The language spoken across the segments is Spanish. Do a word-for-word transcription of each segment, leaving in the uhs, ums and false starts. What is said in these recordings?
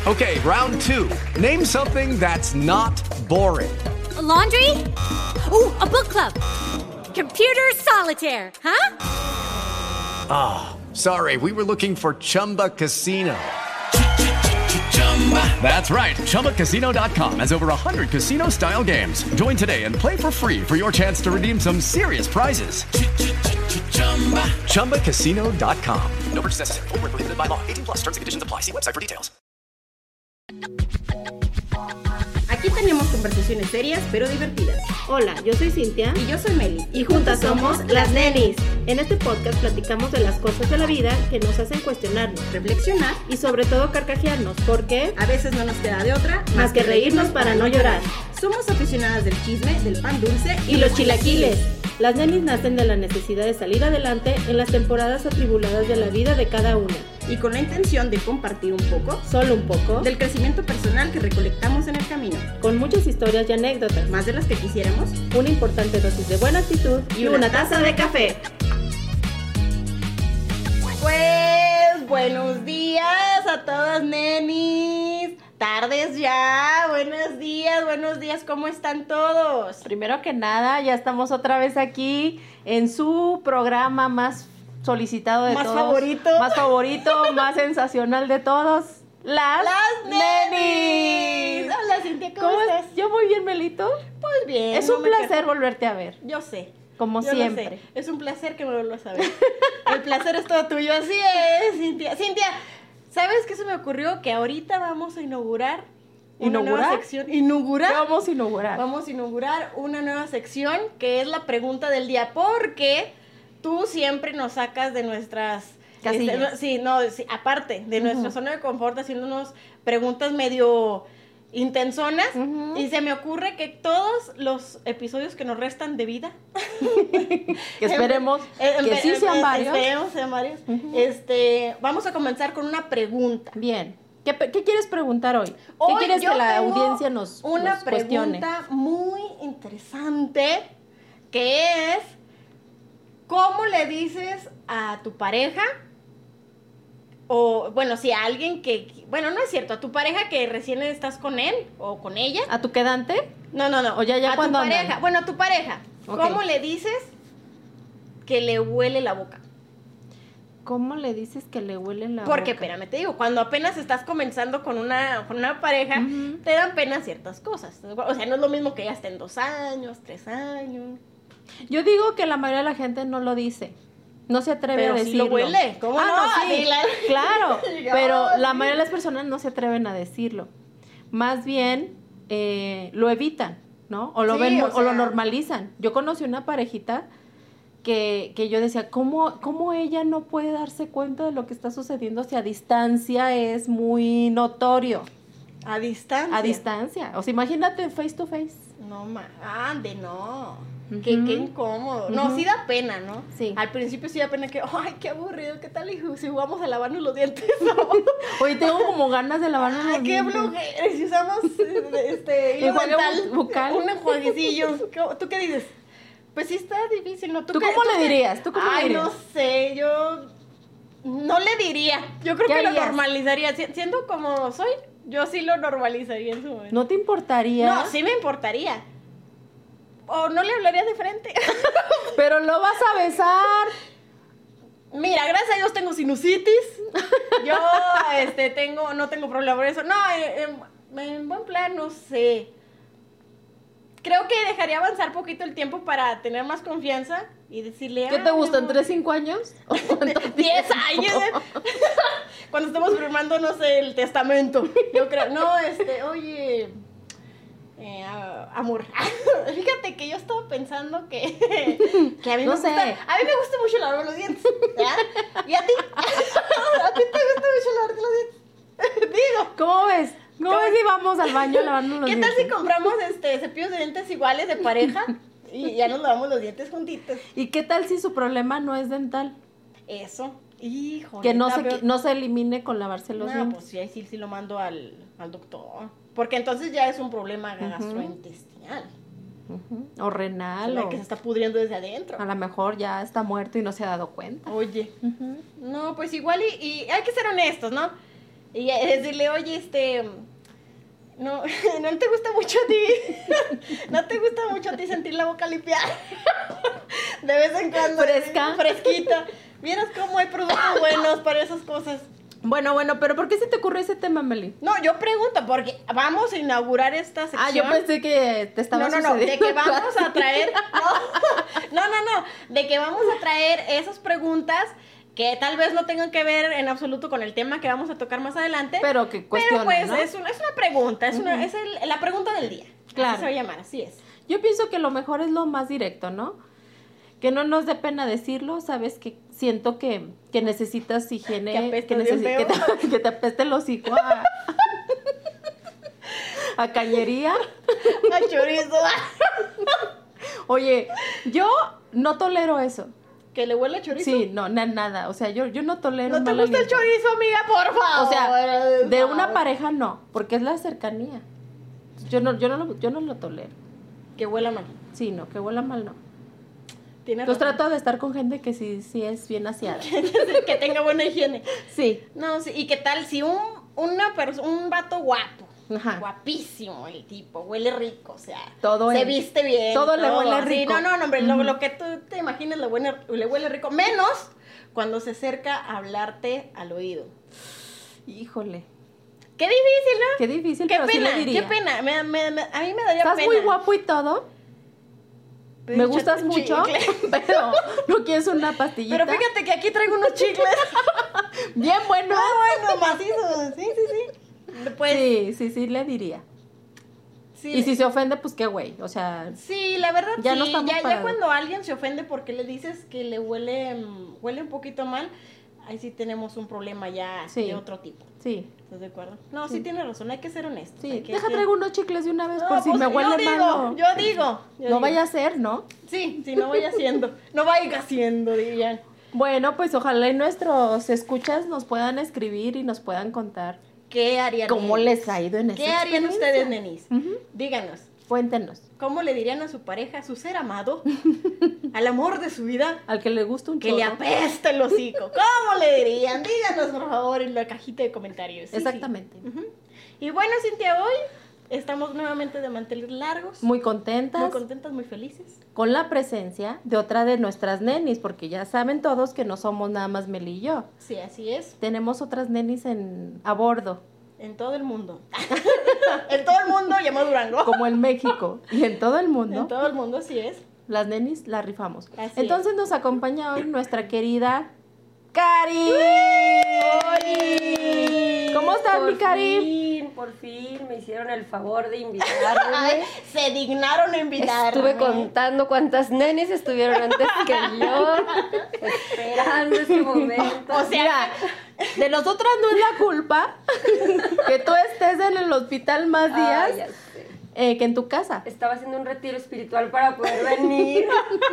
Okay, round two. Name something that's not boring. A laundry? Ooh, a book club. Computer solitaire, huh? Ah, oh, sorry, we were looking for Chumba Casino. That's right, Chumba Casino dot com has over one hundred casino-style games. Join today and play for free for your chance to redeem some serious prizes. Chumba Casino dot com. No purchase necessary. Void where prohibited by law. eighteen plus terms and conditions apply. See website for details. Aquí tenemos conversaciones serias pero divertidas. Hola, yo soy Cintia. Y yo soy Meli. Y juntas somos Las Nenis. En este podcast platicamos de las cosas de la vida que nos hacen cuestionarnos, reflexionar y sobre todo carcajearnos, porque a veces no nos queda de otra más que reírnos para no llorar. Somos aficionadas del chisme, del pan dulce y los chilaquiles. Las Nenis nacen de la necesidad de salir adelante en las temporadas atribuladas de la vida de cada una. Y con la intención de compartir un poco, solo un poco, del crecimiento personal que recolectamos en el camino. Con muchas historias y anécdotas, más de las que quisiéramos, una importante dosis de buena actitud y una, una taza de café. Pues, buenos días a todas, nenis. Tardes ya, buenos días, buenos días, ¿cómo están todos? Primero que nada, ya estamos otra vez aquí en su programa más solicitado de más todos. Más favorito. Más favorito, más sensacional de todos. Las, Las Nenis. Hola, Cintia, ¿cómo, ¿cómo estás? Yo muy bien, Melito. Pues bien. Es no un placer quedo. volverte a ver. Yo sé. Como Yo siempre. Sé. Es un placer que me vuelvas a ver. El placer es todo tuyo, así es, Cintia. Cintia, ¿sabes qué se me ocurrió? Que ahorita vamos a inaugurar una ¿Inaugurar? nueva sección. ¿Inaugurar? ¿Qué vamos a inaugurar? Vamos a inaugurar una nueva sección que es la pregunta del día, porque tú siempre nos sacas de nuestras casillas. Este, sí, no, sí, aparte de uh-huh. nuestra zona de confort, haciéndonos preguntas medio intensonas, uh-huh. y se me ocurre que todos los episodios que nos restan de vida que esperemos eh, que eh, sí sean eh, varios, esperemos sean varios. Uh-huh. Este, vamos a comenzar con una pregunta. Bien. ¿Qué, qué quieres preguntar hoy? hoy ¿Qué quieres que la audiencia nos una nos cuestione? Pregunta muy interesante, que es: ¿cómo le dices a tu pareja? O, bueno, si a alguien que... Bueno, no es cierto, a tu pareja que recién estás con él o con ella. ¿A tu quedante? No, no, no. ¿O ya, ya a cuando tu pareja. andan? Bueno, a tu pareja. Okay. ¿Cómo le dices que le huele la boca? ¿Cómo le dices que le huele la Porque, boca? Porque, espérame, te digo, cuando apenas estás comenzando con una, con una pareja, uh-huh. te dan pena ciertas cosas. O sea, no es lo mismo que ya estén dos años, tres años. Yo digo que la mayoría de la gente no lo dice. No se atreve pero a decirlo. Pero sí lo huele. ¿Cómo ah, no? no? Sí, la... claro. Pero sí. la mayoría de las personas no se atreven a decirlo. Más bien, eh, lo evitan, ¿no? O lo sí, ven, o, o sea... lo normalizan. Yo conocí una parejita que, que yo decía, ¿cómo, ¿cómo ella no puede darse cuenta de lo que está sucediendo si a distancia es muy notorio? ¿A distancia? A distancia. O sea, imagínate face to face. No, ma, ande, no. Uh-huh. Qué, qué incómodo. Uh-huh. No, sí da pena, ¿no? Sí. Al principio sí da pena que, ay, qué aburrido, ¿qué tal si jugamos a lavarnos los dientes? ¿No? Oye, tengo como ganas de lavarnos ay, los dientes. Ay, qué flojera. Si usamos este, hilo dental, bucal. Un enjuaguecillo. ¿Tú qué dices? Pues sí está difícil, ¿no? ¿Tú, ¿Tú qué, cómo tú le qué? dirías? ¿Tú cómo ay, le dirías? no sé, yo no le diría. Yo creo que harías? Lo normalizaría. Siendo como soy, yo sí lo normalizaría en su momento. ¿No te importaría? No, sí me importaría. O no le hablaría de frente. Pero lo vas a besar. Mira, gracias a Dios tengo sinusitis. Yo, este, tengo, no tengo problema por eso. No, en, en buen plan, no sé. Creo que dejaría avanzar poquito el tiempo para tener más confianza y decirle... ¿Qué te gustan? ¿Tres, cinco años? ¿O diez años? Cuando estemos firmando, no sé, el testamento. Yo creo, no, este, oye... Eh, amor, fíjate que yo estaba pensando que, que a mí no me sé. gusta, a mí me gusta mucho lavarme los dientes, ¿ya? ¿Y a ti? ¿A ti te gusta mucho lavarte los dientes? Digo. ¿Cómo ves? ¿Cómo, ¿Cómo ves si vamos al baño a lavarnos los ¿Qué dientes? ¿Qué tal si compramos este cepillos de dientes iguales de pareja y ya nos lavamos los dientes juntitos? ¿Y qué tal si su problema no es dental? Eso. Híjole, que no se, que no se elimine con lavarse los no, dientes. Pues sí, ahí sí, sí lo mando al, al doctor. Porque entonces ya es un problema gastrointestinal. Uh-huh. O renal. O sea, o que se está pudriendo desde adentro. A lo mejor ya está muerto y no se ha dado cuenta. Oye. Uh-huh. No, pues igual y, y hay que ser honestos, ¿no? Y decirle, oye, este, no, no te gusta mucho a ti, no te gusta mucho a ti sentir la boca limpiada, de vez en cuando. Fresca. Fresquita. Vieras cómo hay productos buenos para esas cosas. Bueno, bueno, pero ¿por qué se te ocurrió ese tema, Meli? No, yo pregunto, porque vamos a inaugurar esta sección. Ah, yo pensé que te estaba No, no, no, de sucediendo que vamos algo a traer, no, no, no, no, de que vamos a traer esas preguntas que tal vez no tengan que ver en absoluto con el tema que vamos a tocar más adelante. Pero que cuestionan, Pero pues ¿no? es, una, es una pregunta, es, una, es el- la pregunta del día. Claro. Así se va a llamar, así es. Yo pienso que lo mejor es lo más directo, ¿no? Que no nos dé pena decirlo, sabes que siento que, que necesitas higiene, Que apestas bien necesi- que, feo. te, que te apeste el hocico a, a cañería. A chorizo. Oye, yo no tolero eso. Que le huele a chorizo. Sí, no, na- nada, o sea, yo, yo no tolero ¿No te mal gusta el aliento. chorizo, amiga? Por favor. O sea, de No. una pareja no, porque es la cercanía. Yo no, yo no, lo, yo no lo tolero. Que huela mal. Sí, no, que huela mal no. Tienes Pues razón. trato de estar con gente que sí, sí es bien aseada. Que tenga buena higiene. Sí. No, sí, y qué tal si un, una perso- un vato guapo, Ajá. guapísimo el tipo, huele rico, o sea, Todo se es- viste bien. todo le huele Sí, rico. no, no, no, hombre, lo, lo que tú te imagines le huele, le huele rico, menos cuando se acerca a hablarte al oído. Híjole. Qué difícil, ¿no? Qué difícil, Qué pero sí pena, le diría. qué pena, me- me- me- a mí me daría Estás pena. muy guapo y todo. Pero Me échate gustas un mucho, chicle. pero no quieres una pastillita. Pero fíjate que aquí traigo unos chicles. Bien bueno. Ah, bueno, macizos, sí, sí, sí. Pues, Sí, sí, sí le diría. sí. Y si se ofende, pues qué güey. O sea, Sí, la verdad Ya sí, no estamos ya, ya para- cuando alguien se ofende porque le dices que le huele, mm, huele un poquito mal, ahí sí tenemos un problema ya Sí. de otro tipo. sí, ¿Estás de acuerdo? No, sí, tienes razón, hay que ser honestos. sí. hay que- Deja que- traigo unos chicles de una vez No, por si pues, me huele yo digo, mal. No, yo digo. yo no digo. vaya a ser, ¿no? Sí, sí, no vaya haciendo. No vaya haciendo, dirían. Bueno, pues ojalá y nuestros escuchas nos puedan escribir y nos puedan contar ¿Qué harían? cómo ellos? les ha ido en esa ¿Qué harían experiencia. ustedes, nenis? Ujú. Díganos. Cuéntenos. ¿Cómo le dirían a su pareja, a su ser amado, al amor de su vida? Al que le gusta un Que chorro. le apesta el hocico. ¿Cómo le dirían? Díganos, por favor, en la cajita de comentarios. Sí, Exactamente. sí. Ujú. Y bueno, Cintia, hoy estamos nuevamente de mantener largos. Muy contentas. Muy contentas, muy felices. Con la presencia de otra de nuestras nenis, porque ya saben todos que no somos nada más Meli y yo. Sí, así es. Tenemos otras nenis en, a bordo, En todo el mundo. En todo el mundo llamado Durango. como en México y en todo el mundo. En todo el mundo, así es. Las nenis las rifamos. Así Entonces nos acompaña hoy nuestra querida Cari. ¿Cómo estás, Por mi Cari? fin, por fin me hicieron el favor de invitarme. Ay, se dignaron a invitarme. Estuve contando cuántas nenes estuvieron antes que yo, esperando este momento. O sea, Mira, de nosotras no es la culpa que tú estés en el hospital más días Ay, ya sé. eh, que en tu casa. Estaba haciendo un retiro espiritual para poder venir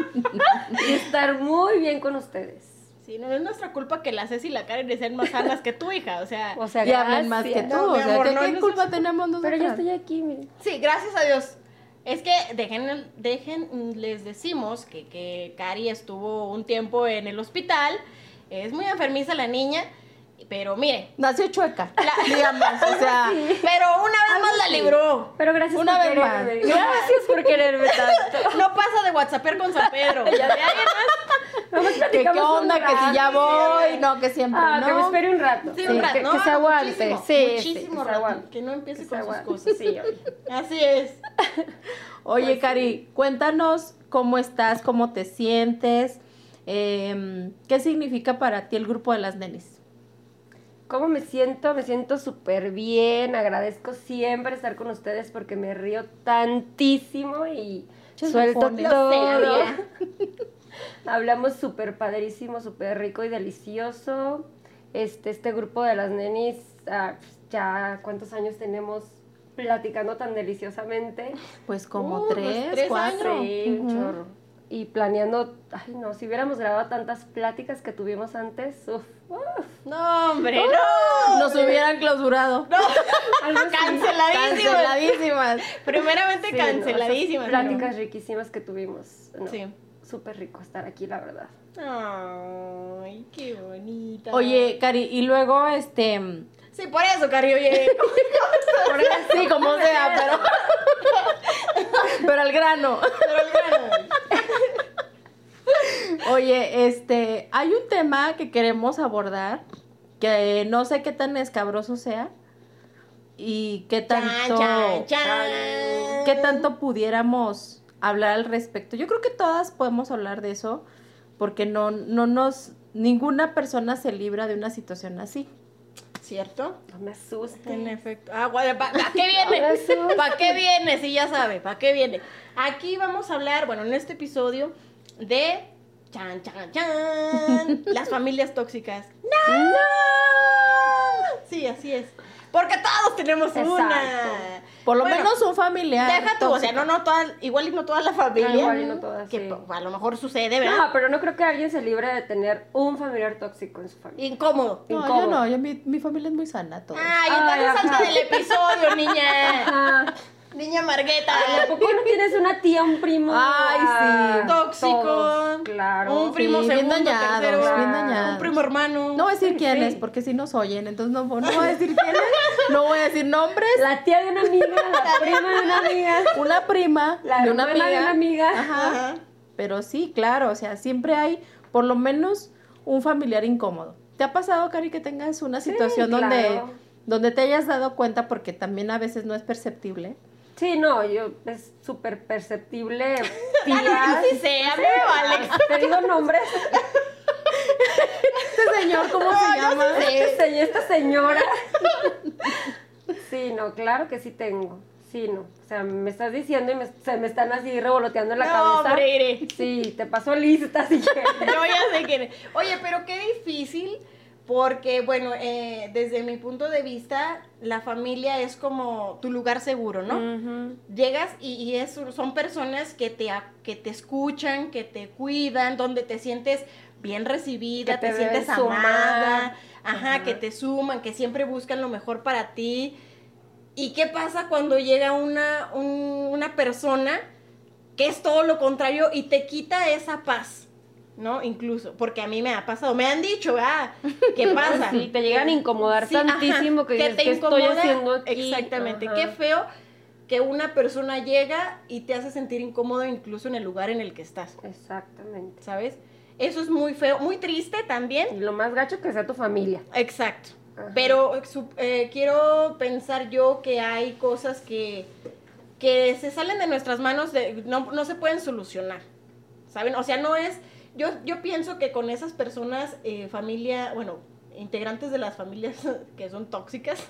y estar muy bien con ustedes. sí, no es nuestra culpa que la Ceci y la Karen sean más sanas que tu hija, o sea. O sea, Y hablan más que gracias. tú. No, O mi sea, amor, ¿qué, no, qué no culpa sos- tenemos nosotros? Pero ya estoy aquí, miren. Sí, gracias a Dios. Es que dejen, dejen, les decimos que, que Cari estuvo un tiempo en el hospital. Es muy enfermiza la niña, pero mire, Nació chueca, digamos, o sea, pero una vez más la libró. Pero gracias Una por vez más. quererme. Gracias por quererme tanto. No pasa de WhatsAppear con San Pedro. Ya de alguien más. Vamos, que qué platicamos un onda, que si ya rato. voy, no, que siempre Ah, no. que me espere un rato. Sí, Sí, un rato. que, No, que no, se aguante. muchísimo, sí, muchísimo sí, que se rato, aguante. que no empiece Que con se sus aguante. cosas. Sí, oye. Así es. Oye, Pues sí. Cari, cuéntanos cómo estás, cómo te sientes, eh, qué significa para ti el grupo de las nenis. ¿Cómo me siento? Me siento súper bien. Agradezco siempre estar con ustedes porque me río tantísimo y Ches suelto bufones. todo. Lo sé, Hablamos súper padrísimo, súper rico y delicioso. Este, este grupo de las nenis, ah, ya cuántos años tenemos platicando tan deliciosamente. Pues como Uh, tres, pues tres cuatro. años. Sí, un Ujú. chorro. Y planeando, ay no, si hubiéramos grabado tantas pláticas que tuvimos antes, uff, uff. No, hombre, no. Nos hubieran clausurado. No. Algo así. Canceladísimas. Canceladísimas. Primeramente Sí, no, esas canceladísimas. ¿no? pláticas riquísimas que tuvimos. No, Sí. súper rico estar aquí, la verdad. Ay, qué bonita. Oye, Cari, y luego, este, Sí, Sí, por eso, Cari, oye. Por eso, sí, como sea, pero... pero al grano. Pero el grano. Oye, este, hay un tema que queremos abordar que no sé qué tan escabroso sea y qué tanto, Chan, chan, chan. qué tanto pudiéramos hablar al respecto. Yo creo que todas podemos hablar de eso porque no, no nos, ninguna persona se libra de una situación así. ¿Cierto? No me asustes. En efecto. Ah, ¿para pa qué No me viene? asustes. ¿Para qué viene? Sí, ya sabe, ¿para qué viene? Aquí vamos a hablar, bueno, en este episodio de chan, chan, chan, las familias tóxicas. ¡No! ¡No! Sí, así es. Porque todos tenemos Exacto. una. Por lo Bueno, menos un familiar. Deja tú, o sea, tóxico. no, no toda, igual y no toda la familia. No, igual y no toda, que sí. po- a lo mejor sucede, ¿verdad? No, pero no creo que alguien se libre de tener un familiar tóxico en su familia. Incómodo. No, incómodo. yo no, yo, mi, mi familia es muy sana, todos. Ay, Ay, entonces ajá. salta del episodio, niña. Ajá. Niña Margueta. ¿A poco no tienes una tía, un primo? Ay, sí. Ah, Tóxico. todos, claro. Un primo Sí, bien segundo, dañados, tercero. bien Claro. dañados. Un primo hermano. No voy a decir Sí, quién sí. es, porque si nos oyen, entonces no, no voy a decir quién es, no voy a decir nombres. La tía de una amiga, la prima de una amiga. Una prima La de una hermana amiga. de una amiga. Ajá. Ajá. Pero sí, claro, o sea, siempre hay por lo menos un familiar incómodo. ¿Te ha pasado, Cari, que tengas una Sí, situación donde, claro. donde te hayas dado cuenta, porque también a veces no es perceptible? Sí, no, yo es súper perceptible. Ah, no, yo sí sé, a mí me vale. Te digo nombres. Este señor, ¿cómo se llama? Este se- esta señora. Sí, no, claro que sí tengo. Sí, no. O sea, me estás diciendo y me, se me están así revoloteando en la No, cabeza. hombre, Ire. Sí, te pasó lista, así que. Yo ya sé quién es. Oye, pero qué difícil, porque, bueno, eh, desde mi punto de vista, la familia es como tu lugar seguro, ¿no? Ujú. Llegas y, y es, son personas que te, a- que te escuchan, que te cuidan, donde te sientes bien recibida, Que te, te sientes deben sumar. amada, ajá, Ajá. que te suman, que siempre buscan lo mejor para ti. ¿Y qué pasa cuando llega una, un- una persona que es todo lo contrario y te quita esa paz? ¿No? Incluso, porque a mí me ha pasado, me han dicho, ah, ¿qué pasa? Sí, te llegan a incomodar Sí, ajá, tantísimo que dices, te ¿qué estoy incomoda. haciendo aquí? Exactamente, Ajá. qué feo que una persona llega y te hace sentir incómodo incluso en el lugar en el que estás, Exactamente. ¿sabes? Eso es muy feo, muy triste también. Y lo más gacho que sea tu familia. Exacto. Ajá. Pero su- eh, quiero pensar yo que hay cosas que, que se salen de nuestras manos, de, no, no se pueden solucionar, ¿saben? O sea, no es... Yo, yo pienso que con esas personas, eh, familia, bueno, integrantes de las familias que son tóxicas,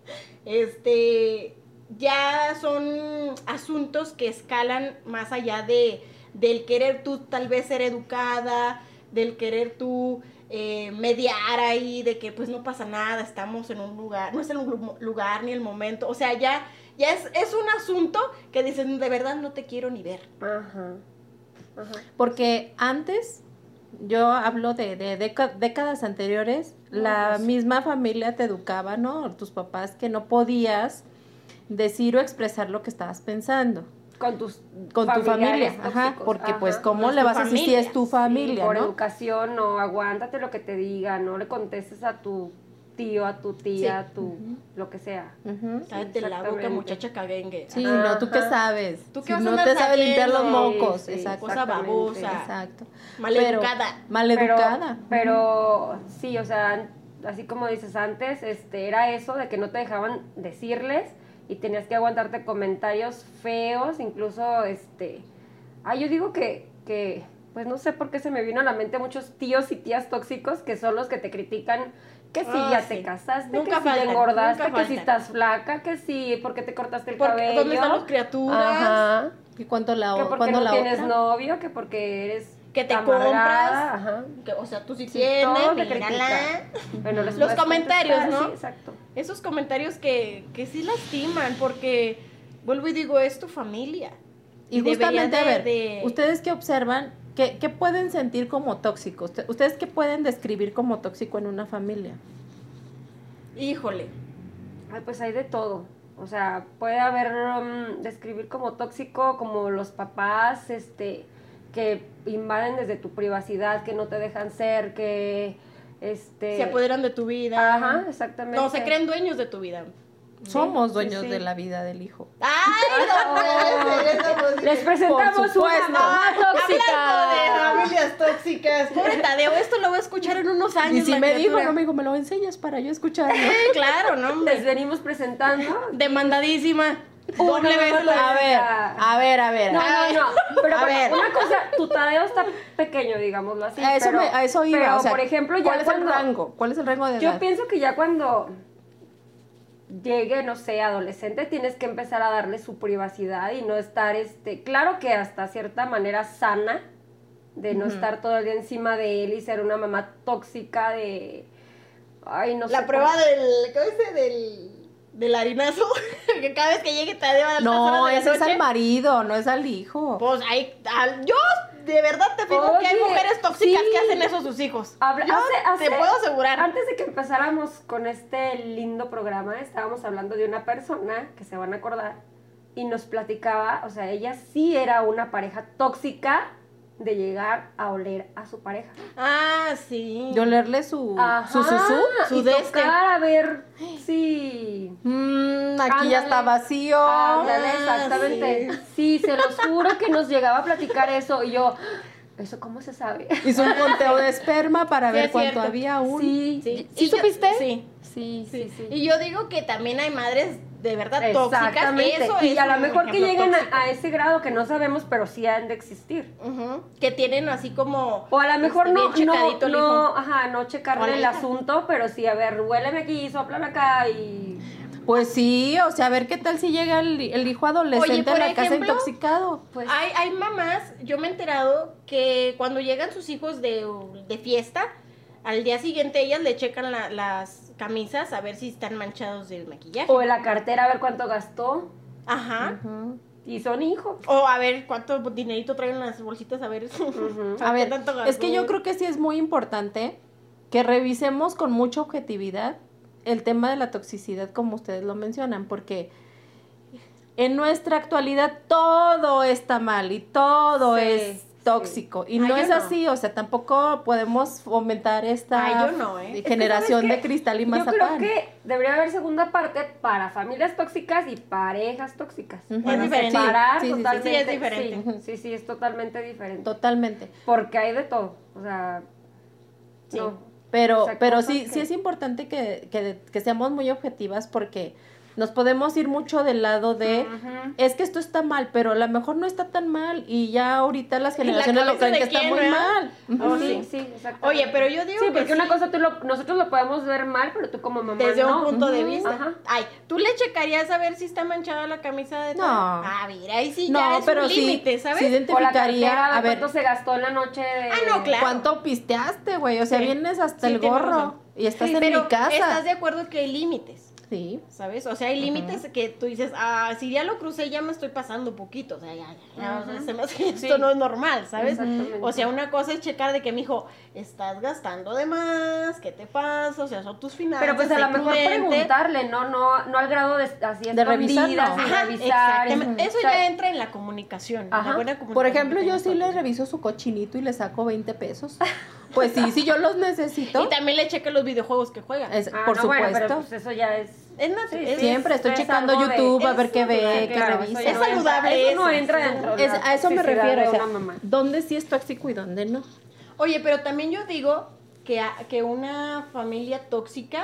este, ya son asuntos que escalan más allá de, del querer tú tal vez ser educada, del querer tú eh, mediar ahí, de que pues no pasa nada, estamos en un lugar, no es el lu- lugar ni el momento, o sea, ya, ya es, es un asunto que dicen, de verdad no te quiero ni ver. Ajá. Ajá. Porque antes, yo hablo de, de deca- décadas anteriores, No, la pues. misma familia te educaba, ¿no? Tus papás, que no podías decir o expresar lo que estabas pensando Con tus con tu familiares familia, ajá, tóxicos. porque Ajá. pues cómo No es le tu vas a decir si familia. es tu Sí, familia, por ¿no? educación, no, aguántate lo que te diga, no le contestes a tu tío, a tu tía, a tu lo que sea. Ujú. Cállate la boca, exactamente. muchacha caguengue. Sí, Ajá. no, ¿tú qué sabes? ¿Tú qué Si vas a no andar te sabes limpiar los sabiendo? mocos, Sí, sí, exacto. Cosa babosa. Exacto. Maleducada. Pero- maleducada. Pero, pero sí, o sea, así como dices antes, este, era eso de que no te dejaban decirles y tenías que aguantarte comentarios feos, incluso, este, ah, yo digo que, que, pues no sé por qué se me vino a la mente muchos tíos y tías tóxicos que son los que te critican que si Ah, ya sí. te casaste, Nunca que si faltan, te engordaste, nunca que si faltan. estás flaca, que si, porque te cortaste el Porque, cabello. ¿dónde están las criaturas? Ajá. ¿Y cuánto la, Que porque cuándo no la tienes otra? novio, que porque eres Que te amargada, compras. ajá. Que, o sea, tú sí, Sí, tienes, todo te mírala. critica. Pero les Los puedes comentarios, contestar, ¿no? Sí, exacto. Esos comentarios que, que sí lastiman, porque, vuelvo y digo, es tu familia. Y debería justamente, a de- ver, de- ustedes que observan, ¿qué, qué pueden sentir como tóxicos? ¿Ustedes qué pueden describir como tóxico en una familia? Híjole. Ay, pues hay de todo. O sea, puede haber, um, describir como tóxico, como los papás, este, que invaden desde tu privacidad, que no te dejan ser, que Este, Se apoderan de tu vida. Ajá, exactamente. No, se creen dueños de tu vida. Somos Sí, dueños sí. de la vida del hijo. ¡Ay, no puede ser! Estamos- Les presentamos Por una supuesto. mamá Hablando de tóxica. familias tóxicas. Pobre Tadeo, esto lo voy a escuchar en unos años. Y si la me dijo, criatura. no me dijo, me lo enseñas para yo escucharlo. Sí, claro, no, Les hombre. venimos presentando. Demandadísima. Una Doble vez mamá la- A ver, a ver, a ver. No, no, no. Pero A bueno, ver. una cosa, tu Tadeo está pequeño, digámoslo así. A eso, pero, me- a eso iba. Pero, o sea, por ejemplo, ya ¿cuál es cuando, el rango? ¿Cuál es el rango de edad? Yo pienso que ya cuando llegue, no sé, adolescente, tienes que empezar a darle su privacidad y no estar, este, claro que hasta cierta manera sana, de no estar todo el día encima de él y ser una mamá tóxica de, ay, no sé. La prueba cómo- del. ¿Cómo dice? Del. Del harinazo. Que cada vez que llegue Tadeo a las No, horas de la ese es noche, al marido, no es al hijo. Pues hay. al- yo de verdad te afirmo que hay Oye, mujeres tóxicas sí. que hacen eso a sus hijos. Habla- Yo hace- te hace- puedo asegurar. Antes de que empezáramos con este lindo programa, estábamos hablando de una persona que se van a acordar y nos platicaba, o sea, ella sí era una pareja tóxica de llegar a oler a su pareja. Ah, sí. De olerle su, Ajá, su susú. su y de este. tocar a ver, sí. Mm, aquí Ándale. ya está vacío. Ándale, Ah, exactamente. Sí. se los juro que nos llegaba a platicar eso y yo, ¿eso cómo se sabe? Hizo un conteo de esperma para Sí, ver es cuánto cierto. había aún. Sí, Sí. ¿Sí Y yo- supiste? Sí. Sí, sí, sí. Y yo digo que también hay madres de verdad tóxicas. Exactamente. Eso y es a lo un mejor que ejemplo lleguen tóxico. a, a ese grado que no sabemos, pero sí han de existir. Ujú. Que tienen así como. O a lo mejor este, no, bien no, checadito el no, hijo. ajá, no O checarle la el hija. asunto, pero sí, a ver, huéleme aquí, soplame acá y... Pues sí, o sea, a ver qué tal si llega el, el hijo adolescente Oye, por a la casa ejemplo, intoxicado. Pues, Hay, hay mamás, yo me he enterado que cuando llegan sus hijos de, de fiesta, al día siguiente ellas le checan la- las camisas a ver si están manchados de maquillaje. o en la cartera a ver cuánto gastó. Ajá. Ujú. Y son hijos. O a ver cuánto dinerito traen en las bolsitas, a ver. A ver, ¿Cuánto es que gastó? yo creo que sí es muy importante que revisemos con mucha objetividad el tema de la toxicidad, como ustedes lo mencionan, porque en nuestra actualidad todo está mal y todo Sí, es sí. tóxico. Y Ay, no yo es no. así, o sea, tampoco podemos fomentar esta Ay, yo no, ¿eh? generación Es que, de ¿sabes qué? cristal y Yo mazapán. creo que debería haber segunda parte para familias tóxicas y parejas tóxicas. Ujú. Para Es diferente. separar Sí, sí, sí, sí, totalmente. sí, es diferente. Sí, sí, sí, es totalmente diferente. Totalmente. Porque hay de todo. O sea, Sí. no. Pero, O sea, pero cosas sí, que- sí es importante que, que, que seamos muy objetivas porque nos podemos ir mucho del lado de, Ujú. es que esto está mal, pero a lo mejor no está tan mal y ya ahorita las En la generaciones lo cabeza creen de que está quién, muy ¿verdad? mal. Ujú. Oh, Sí, sí. sí, exactamente. Oye, pero yo digo Sí, que porque una sí. cosa tú lo, nosotros lo podemos ver mal, pero tú como mamá Desde no. un punto de Ujú. vista. Ajá. Ay, ¿tú le checarías a ver si está manchada la camisa de No. tal? Ah, mira, ahí sí No, ya es pero un sí, límite, ¿sabes? sí O la identificaría, cartera, a ver, cuánto se gastó en la noche de... Ah, no, claro. ¿cuánto pisteaste, güey? O sea, Sí. vienes hasta Sí, el tienes gorro razón. y estás Sí, en pero mi casa. ¿estás de acuerdo que hay límites? Sí. ¿Sabes? O sea, hay límites que tú dices, ah, si ya lo crucé, ya me estoy pasando poquito. O sea, ya, ya, ya, o sea, se me hace que esto Sí. no es normal, ¿sabes? Exactamente. O sea, una cosa es checar de que, mijo, estás gastando de más, ¿qué te pasa? O sea, son tus finanzas. Pero pues a sé lo mejor prudente. preguntarle, ¿no? No, no al grado de así De revisar, escondidas no. y Ajá, revisar. exactamente. y- Eso o sea, ya entra en la comunicación. Ajá. La buena comunicación Por ejemplo, que yo tengas sí con le tus reviso su cochinito y le saco veinte pesos. Pues sí, si yo los necesito. Y también le checa los videojuegos que juega. Es- ah, por no, bueno, supuesto. pero pues eso ya es... Es nat- Sí, es- Siempre estoy es checando algo de- YouTube a ver es qué ve, saludable, qué claro, revisa. eso ya Es no entra- saludable Eso no eso, entra sí. dentro de Es- la a eso me toxicidad refiero, de o sea, una mamá. ¿dónde sí es tóxico y dónde no? Oye, pero también yo digo que, a- que una familia tóxica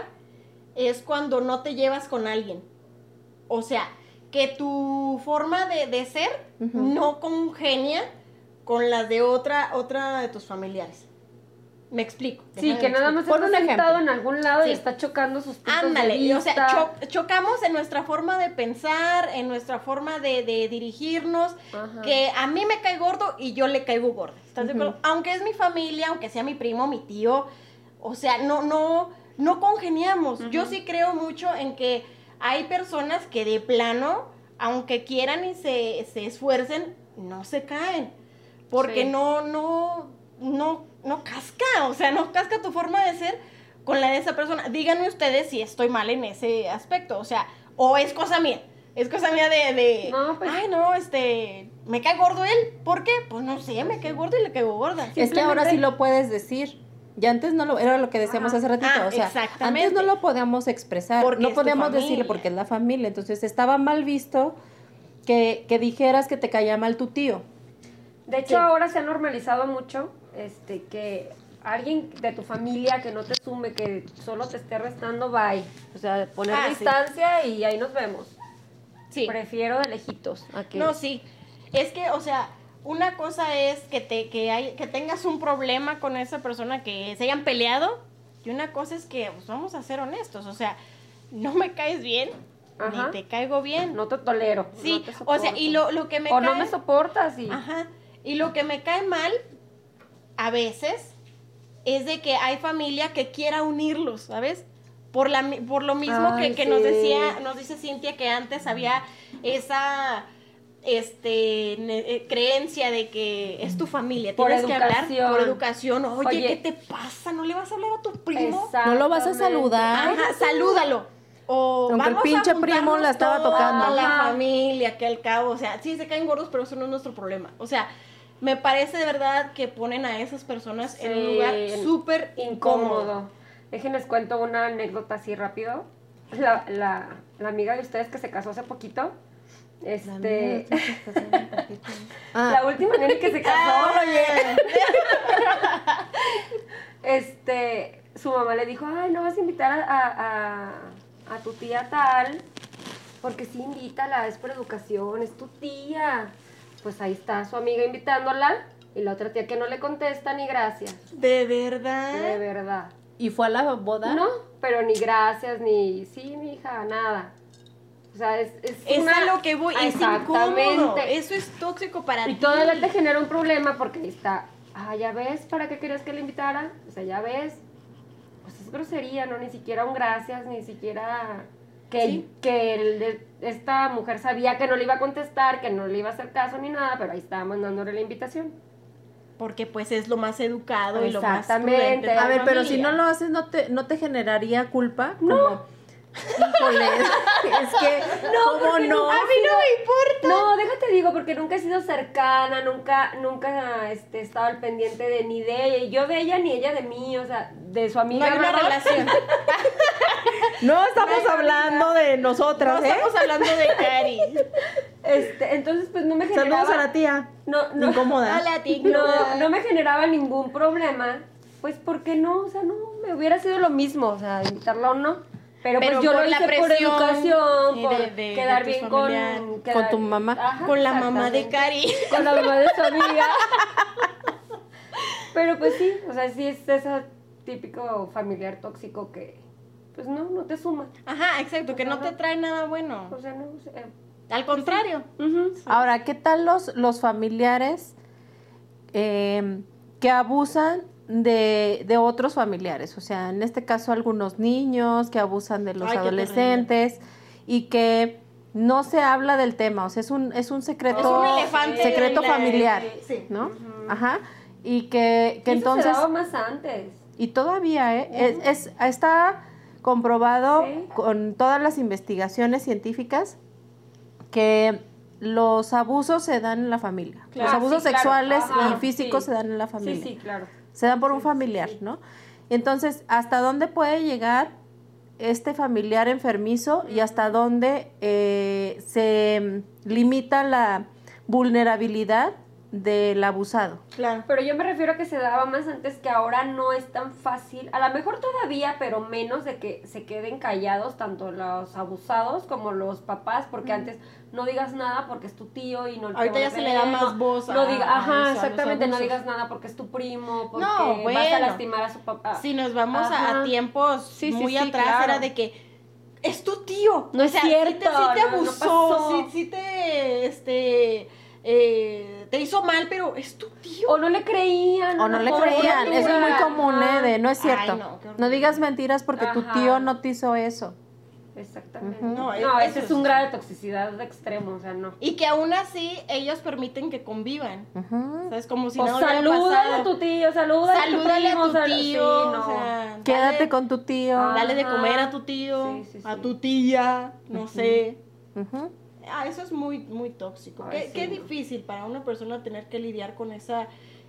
es cuando no te llevas con alguien. O sea, que tu forma de, de ser Ujú. no congenia con las de otra, otra de tus familiares. Me explico. Sí, déjame que nada más explico. Pon está un sentado ejemplo. en algún lado Sí. y está chocando sus puntos de Ándale, y, o sea, vista. cho- chocamos en nuestra forma de pensar, en nuestra forma de, de dirigirnos, Ajá. que a mí me cae gordo y yo le caigo gorda. ¿Estás de Ujú. acuerdo? Aunque es mi familia, aunque sea mi primo, mi tío, o sea, no, no, no congeniamos. Yo sí creo mucho en que hay personas que de plano, aunque quieran y se, se esfuercen, no se caen. Porque Sí. no, no, no, no casca, o sea, no casca tu forma de ser con la de esa persona. Díganme ustedes si estoy mal en ese aspecto, o sea, o es cosa mía. Es cosa mía de, de No, pues- ay, no, este, me cae gordo él. ¿Por qué? Pues no sé, me cae gordo y le caigo gorda. Es que ahora sí lo puedes decir. Y antes no lo, era lo que decíamos Ajá. hace ratito, Ah, o sea, exactamente. antes no lo podíamos expresar, Porque no es tu podíamos decirle familia. porque es la familia, entonces estaba mal visto que, que dijeras que te caía mal tu tío. De hecho, Sí. ahora se ha normalizado mucho este que alguien de tu familia que no te sume, que solo te esté restando, bye. O sea, poner Ah, sí. distancia y ahí nos vemos. Sí. Prefiero de lejitos. A que... No, sí. Es que, o sea, una cosa es que te que hay que tengas un problema con esa persona, que se hayan peleado, y una cosa es que, pues, vamos a ser honestos, o sea, no me caes bien, Ajá. ni te caigo bien. No te tolero. Sí, no te o sea, y soporto. lo, lo que me O cae... no me soportas y... Ajá. Y lo que me cae mal, a veces, es de que hay familia que quiera unirlos, ¿sabes? Por, la, mi- por lo mismo Ay, que, que sí. nos decía, nos dice Cintia, que antes había esa este ne- eh, creencia de que es tu familia, Por tienes que hablar educación. por educación. Oye, Oye. ¿qué te pasa? ¿No le vas a hablar a tu primo? ¿No lo vas a Exactamente. saludar? Ajá, salúdalo. O Aunque el vamos a pinche primo juntarnos la estaba toda tocando. la Ajá. familia, que al cabo, o sea, sí se caen gordos, pero eso no es nuestro problema. O sea, me parece de verdad que ponen a esas personas en un Sí, lugar súper incómodo. incómodo. Déjenles cuento una anécdota así rápido. La, la, la amiga de ustedes que se casó hace poquito, este, Ah, la última nena que se casó, este, su mamá le dijo, ay, no vas a invitar a, a, a, a tu tía tal, porque sí, invítala, es por educación, es tu tía. Pues ahí está su amiga invitándola, y la otra tía que no le contesta ni gracias, De verdad. de verdad. ¿y fue a la boda? No, pero ni gracias, ni sí, mi hija, nada. O sea, es, es, Es una- a lo que voy, es incómodo. Exactamente. Eso es tóxico para ti. Y todavía te genera un problema porque ahí está, ah, ya ves, ¿para qué querías que le invitara? O sea, ya ves, pues es grosería, ¿no? Ni siquiera un gracias, ni siquiera que, Sí. que el de- esta mujer sabía que no le iba a contestar, que no le iba a hacer caso ni nada, pero ahí estaba mandándole la invitación. Porque pues es lo más educado y lo más Exactamente. prudente de la A ver, pero si familia. no lo haces, ¿no te, no te generaría culpa? No. Híjole, es que, No, ¿cómo porque no? nunca A mí no me importa. No, déjate digo, porque nunca he sido cercana, nunca, nunca este, he estado al pendiente de ni de ella, yo de ella ni ella de mí, o sea, de su No amiga. hay una ¿verdad? relación. No estamos No, hablando de No nosotras, ¿eh? estamos hablando de Cari. Este, entonces pues no me generaba. Saludos a la tía. No, no. Incómoda. Hola, tía. No, no me generaba ningún problema, pues porque no, o sea, no, me hubiera sido lo mismo, o sea, invitarla o no. Pero, Pero pues yo por lo la hice por presión educación, y por de- de- quedar de tus bien familiares. con... Con quedar- tu mamá. Ajá, Con la mamá de exactamente. Cari. Con la mamá de su amiga. Pero pues sí, o sea, sí es ese típico familiar tóxico que, pues no, no te suma. Ajá, exacto, que no te trae nada bueno. O sea, no, o sea, Al contrario. ujú. Ahora, ¿qué tal los, los familiares eh, que abusan de, de otros familiares? O sea, en este caso algunos niños que abusan de los Ay, qué adolescentes y que no se habla del tema, o sea, es un, es un secreto, Es un elefante secreto en la- familiar, sí. ¿no? Ajá. Y que, que Y eso entonces... se daba más antes. Y todavía, ¿eh? es, es- está comprobado Sí. con todas las investigaciones científicas que los abusos se dan en la familia. Claro. Los Ah, abusos sí, claro. sexuales Ajá, y físicos sí. se dan en la familia. Sí, sí, claro. Se dan por un familiar, ¿no? Entonces, ¿hasta dónde puede llegar este familiar enfermizo y hasta dónde eh, se mm, limita la vulnerabilidad del abusado? Claro. Pero yo me refiero a que se daba más antes, que ahora no es tan fácil, a lo mejor todavía, pero menos de que se queden callados tanto los abusados como los papás, porque antes no digas nada porque es tu tío y no te Ahorita van a ya se le da creer, más no- voz no a- diga, a ajá, eso, a los exactamente, no abusos. digas nada porque es tu primo, porque No, vas bueno. a lastimar a su papá. Si nos vamos a, Ajá. a tiempos Sí, sí, muy sí, atrás, claro. era de que es tu tío. No es sí te, cierto, sí te no, no abusó, pasó. sí, sí te, este, eh, te hizo mal, pero es tu tío. O no le creían. O a no lo le mejor, creían, o eso es muy ajá. común, ¿eh? De no es cierto. Ay, no, qué horrible. no digas mentiras porque tu Ajá. tío no te hizo eso. Exactamente. Ujú. No, No, eso ese es es- un grado de toxicidad de extremo, o sea, no. Y que aún así ellos permiten que convivan. Ujú. ¿Sabes? Como si O no hubiera saluda pasado. a tu tío, saluda Salúdale a tu primo, a tu sal- tío, sí, no. o sea, Quédate dale- con tu tío. Ah. Dale de Ajá. comer a tu tío, Sí, sí, a sí. tu tía, no sé. Ujú. Ah, eso es muy, muy tóxico. Ay, qué sí, qué no. difícil para una persona tener que lidiar con esa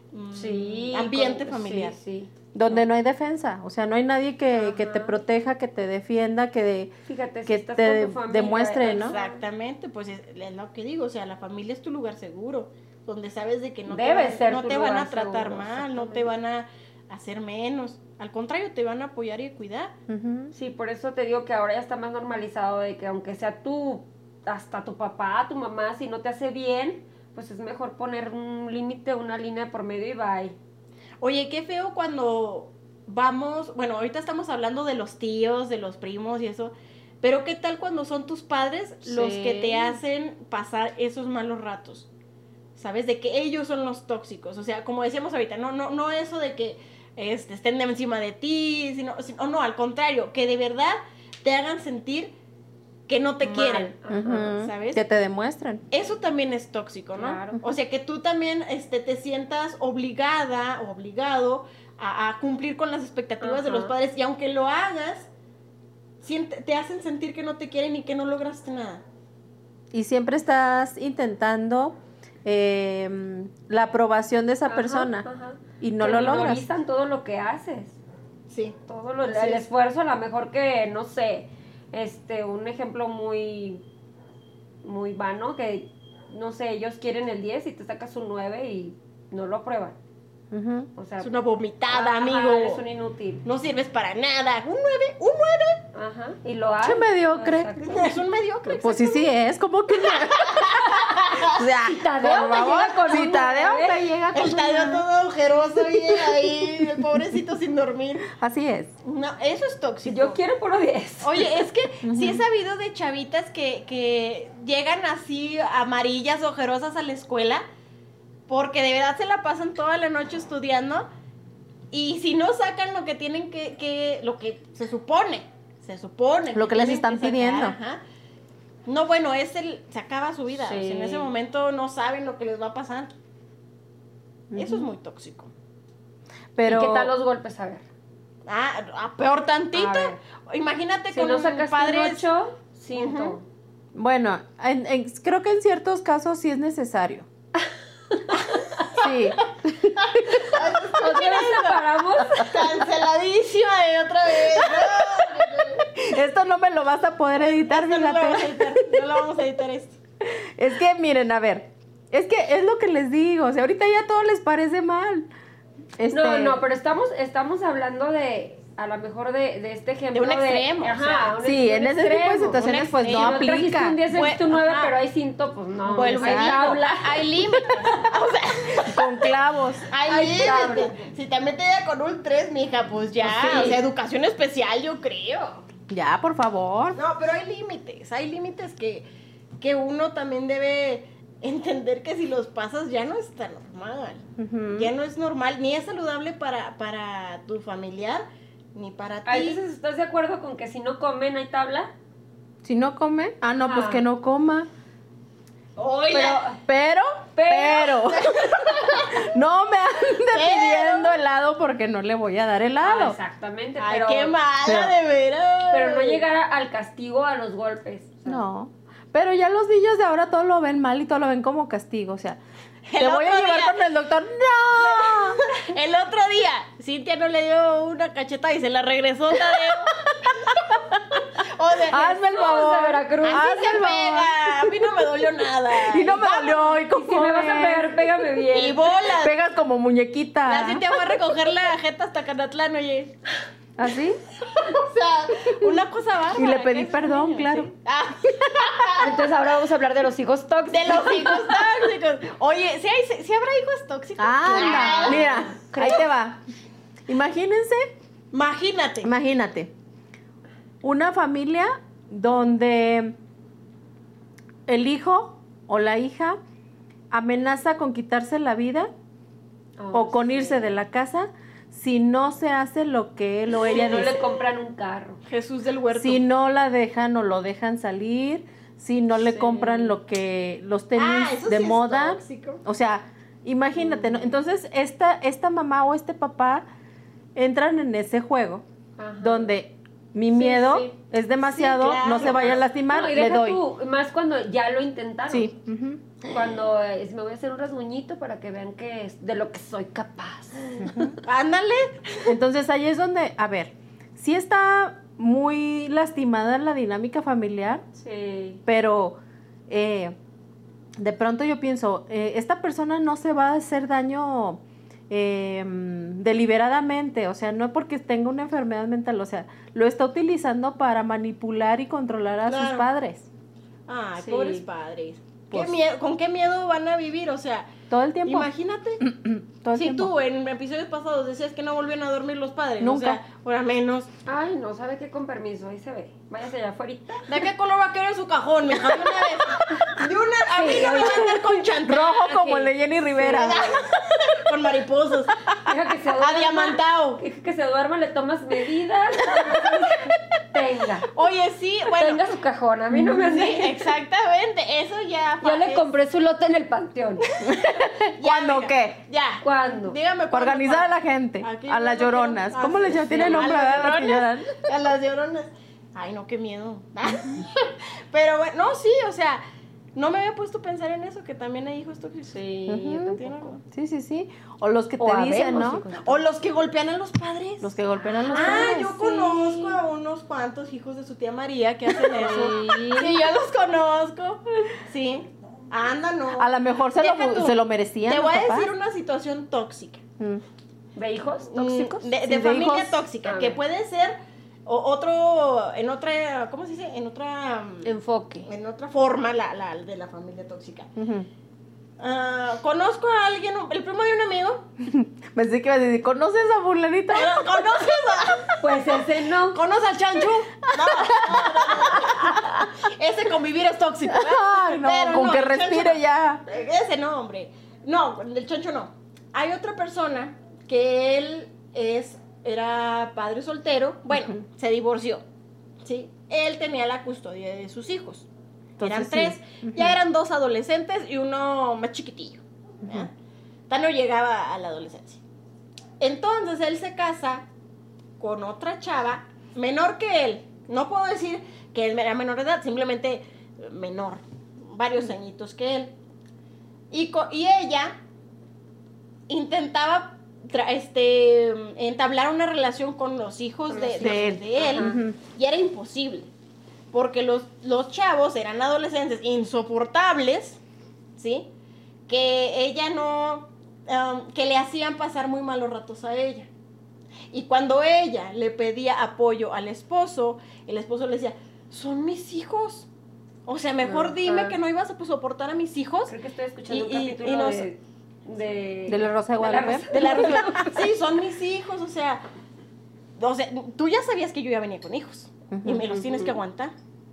mm, Sí, ambiente con- familiar. Sí, sí. Donde no hay defensa, o sea, no hay nadie que, que te Ajá. proteja, que te defienda, que, Fíjate, si que estás te con tu familia, demuestre, ¿no? Exactamente, pues es, es lo que digo, o sea, la familia es tu lugar seguro, donde sabes de que no Debe te, van- ser no tu te van a lugar tratar seguro, mal, no te van a hacer menos, al contrario, te van a apoyar y cuidar. Ujú. Sí, por eso te digo que ahora ya está más normalizado de que aunque sea tu, hasta tu papá, tu mamá, si no te hace bien, pues es mejor poner un límite, una línea por medio y bye. Oye, qué feo cuando vamos, bueno, ahorita estamos hablando de los tíos, de los primos y eso, pero qué tal cuando son tus padres los Sí. que te hacen pasar esos malos ratos, ¿sabes? De que ellos son los tóxicos, o sea, como decíamos ahorita, no, no, no eso de que este, estén de encima de ti, sino, sino, no, al contrario, que de verdad te hagan sentir que no te Mal. quieren, Ajá. Ujú. ¿sabes? Que te demuestren. Eso también es tóxico, ¿no? Claro. O sea, que tú también este, te sientas obligada o obligado a, a cumplir con las expectativas de los Ajá. padres y aunque lo hagas, siente- te hacen sentir que no te quieren y que no lograste nada. Y siempre estás intentando eh, la aprobación de esa Ajá, persona ajá. y no Que lo logras. minorizan todo lo que haces. Sí. Todo lo, Así el es. esfuerzo, a lo mejor que, no sé, este, un ejemplo muy, muy vano, que, no sé, ellos quieren el diez y te sacas un nueve y no lo aprueban. Ujú. O sea, Es una vomitada, ajá, amigo. eres un inútil. No sirves para nada. Un nueve, un nueve. Ajá, y lo hay. Che mediocre. Exacto. Es un mediocre. Pues sí, sí es, como que no. O sea, Tadeo por me favor, llega con si un Tadeo nueve. me llega con El un Tadeo nueve. todo ojeroso y ahí, el pobrecito sin dormir. Así es. No, eso es tóxico. Yo quiero puro diez. Oye, es que sí he sabido de chavitas que, que llegan así amarillas, ojerosas a la escuela, porque de verdad se la pasan toda la noche estudiando, y si no sacan lo que tienen que, que lo que se supone, se supone. Lo que les tienen están sacar, pidiendo. ajá. No, bueno, es el, se acaba su vida, o sea, en Sí. ese momento no saben lo que les va a pasar. Eso es muy tóxico. Pero ¿Y qué tal los golpes? A ver. Ah, ah, peor tantito. A ver. Imagínate Si con no sacas padres. un ocho, cinto. Ujú. bueno, en- en- creo que en ciertos casos sí es necesario. Sí. ¿Otra vez separamos? Canceladísima de otra vez. No, Esto no me lo vas a poder editar, no, no, lo vamos a fíjate. editar, no lo vamos a editar esto. Es que miren, a ver, es que es lo que les digo, o sea, ahorita ya todo les parece mal. Este, No, no, pero estamos, estamos hablando de, a lo mejor de, de este ejemplo De un extremo, o Ajá, sea, un sí, en un ese tipo de extremo. situaciones un pues no extremo. Si no trajiste aplica. un diez, Fue- trajiste un nueve, ajá. pero hay cinto, pues no. Vuelvo hay y digo, tabla. hay límites. O sea, Con clavos. hay Hay límites. tabla. Si también te llega con un tres, mija, pues ya. Pues sí. O sea, educación especial, yo creo. Ya, por favor. No, pero hay límites. Hay límites que, que uno también debe entender que si los pasas ya no está normal. Ujú. Ya no es normal, ni es saludable para, para tu familiar, ni para ti. Ah, entonces, ¿estás de acuerdo con que si no comen hay tabla? Si no come, ah, no, pues Ajá. que no coma. Oiga, Pero, pero, Pero- no me ande Pero- pidiendo helado porque no le voy a dar Ah, helado. exactamente. ay, pero, qué mala, pero- de veras. pero no llegar a- al castigo, a los golpes. o sea, No, pero ya los niños de ahora todo lo ven mal y todo lo ven como castigo, o sea, El te voy a otro llevar día- con el doctor, no. El otro día, Cintia no le dio una cacheta y se la regresó, Tadeo. O sea, Hazme el Jesús favor, de Veracruz. así hazme se el favor. pega. A mí no me dolió nada. Y no me dolió, y como Si me vas a ves? pegar, pégame bien. Y bolas. Pegas como muñequita. La Cintia fue a recoger la jeta hasta Canatlán, oye. ¿Así? O sea, una cosa bárbara. Y le pedí que es un perdón, niño, claro. sí. Ah, Entonces ahora vamos a hablar de los hijos tóxicos. de los hijos tóxicos. Oye, ¿sí, hay, ¿sí habrá hijos tóxicos? Anda, Ah, mira, ahí te va. Imagínense, Imagínate. imagínate, una familia donde el hijo o la hija amenaza con quitarse la vida Oh, o con sí. irse de la casa si no se hace lo que él o Si ella no dice. le compran un carro. Jesús del huerto. Si no la dejan o lo dejan salir, si no le Sí. compran lo que los tenis Ah, eso de sí es moda. tóxico. O sea, imagínate, ¿no? Entonces, esta, esta mamá o este papá entran en ese juego Ajá. donde mi miedo sí. es demasiado, Sí, claro. no se vaya a lastimar, No, y le deja doy. tú, más cuando ya lo intentaron. Sí. ujú. Cuando eh, me voy a hacer un rasguñito para que vean que es de lo que soy capaz. Ándale. Entonces ahí es donde, a ver, sí está muy lastimada la dinámica familiar, Sí. pero eh, de pronto yo pienso, eh, esta persona no se va a hacer daño eh, deliberadamente, o sea, no porque tenga una enfermedad mental, o sea, lo está utilizando para manipular y controlar a sus Claro. padres Ay, Sí. pobres padres. ¿Qué Pues- miedo, ¿Con qué miedo van a vivir? O sea, todo el tiempo. imagínate. Todo el Si tiempo. tú en episodios pasados decías que no volvían a dormir los padres, Nunca. o sea, ahora menos. Ay, no, ¿sabe qué? Con permiso, ahí se ve. Váyase allá afuera. ¿De qué color va a querer su cajón, mija? De una vez. De una, a mí no me va a andar con chantaje. Rojo como el de Jenny Rivera. Con mariposas. Deja que se duerma. Adiamantado. Deja que se duerma, le tomas medidas. Tenga. Oye, sí, bueno. Tenga su cajón, a mí no me Sí, hace. exactamente. Eso ya. Yo le es- compré su lote en el panteón. ya, ¿Cuándo mija. qué? Ya. ¿Cuándo? Dígame Para cuándo, organizar a la cuándo. gente, Aquí a las yo no lloronas. quiero- ¿Cómo Ah, les llaman? sí, ¿Tiene a nombre las a las que lloronas. lloran? A las lloronas. Ay, no, qué miedo. Pero bueno, no, sí, o sea, no me había puesto a pensar en eso, que también hay hijos tóxicos. Sí, Ujú. yo Tiene tampoco. razón. Sí, sí, sí. O los que te O dicen, habemos ¿no? hijos. O los que golpean a los padres. Los que golpean a los Ah, padres. yo sí. conozco a unos cuantos hijos de su tía María que hacen eso. Sí. Sí, yo los conozco. Sí. Anda, no. A lo mejor se, Deja lo, tú. se lo merecían. Te los voy a papás. decir una situación tóxica. Mm. ¿De hijos tóxicos? Mm, De, Sí, de de familia hijos. tóxica, A que ver. puede ser o- otro, en otra, ¿cómo se dice? En otra, mm, Enfoque. en otra forma la, la, de la familia tóxica. Ujú. Ah, conozco a alguien, el primo de un amigo. Pensé que iba a decir, ¿conoces a fulanita? ¿Conoces a, Pues ese no. ¿Conoces al chancho? No, no, no, no. Ese convivir es tóxico. ¿verdad? Ay, no, Pero con no, que el chancho respire no. ya. Ese no, hombre. No, el chancho no. Hay otra persona que él es, era padre soltero. Bueno, Ujú. se divorció. ¿Sí? Él tenía la custodia de sus hijos. Entonces, eran sí. tres. Ujú. Ya eran dos adolescentes y uno más chiquitillo. ¿ya? Ujú. Todavía no llegaba a la adolescencia. Entonces él se casa con otra chava menor que él. No puedo decir que él era menor de edad, simplemente menor, varios añitos que él. Y, co- y ella intentaba tra- este, entablar una relación con los hijos Con de, los de- hijos. de él, Ajá. y era imposible, porque los, los chavos eran adolescentes insoportables, ¿sí? Que ella no, um, que le hacían pasar muy malos ratos a ella. Y cuando ella le pedía apoyo al esposo, el esposo le decía, son mis hijos. O sea, mejor Ajá. dime que no ibas a pues, soportar a mis hijos. Creo que estoy escuchando Y- un y- capítulo y no de, sé. de... ¿De la Rosa de Guadalupe? Rosa- De la relación. Sí, son mis hijos, o sea, o sea, tú ya sabías que yo ya venía con hijos y me los tienes que aguantar.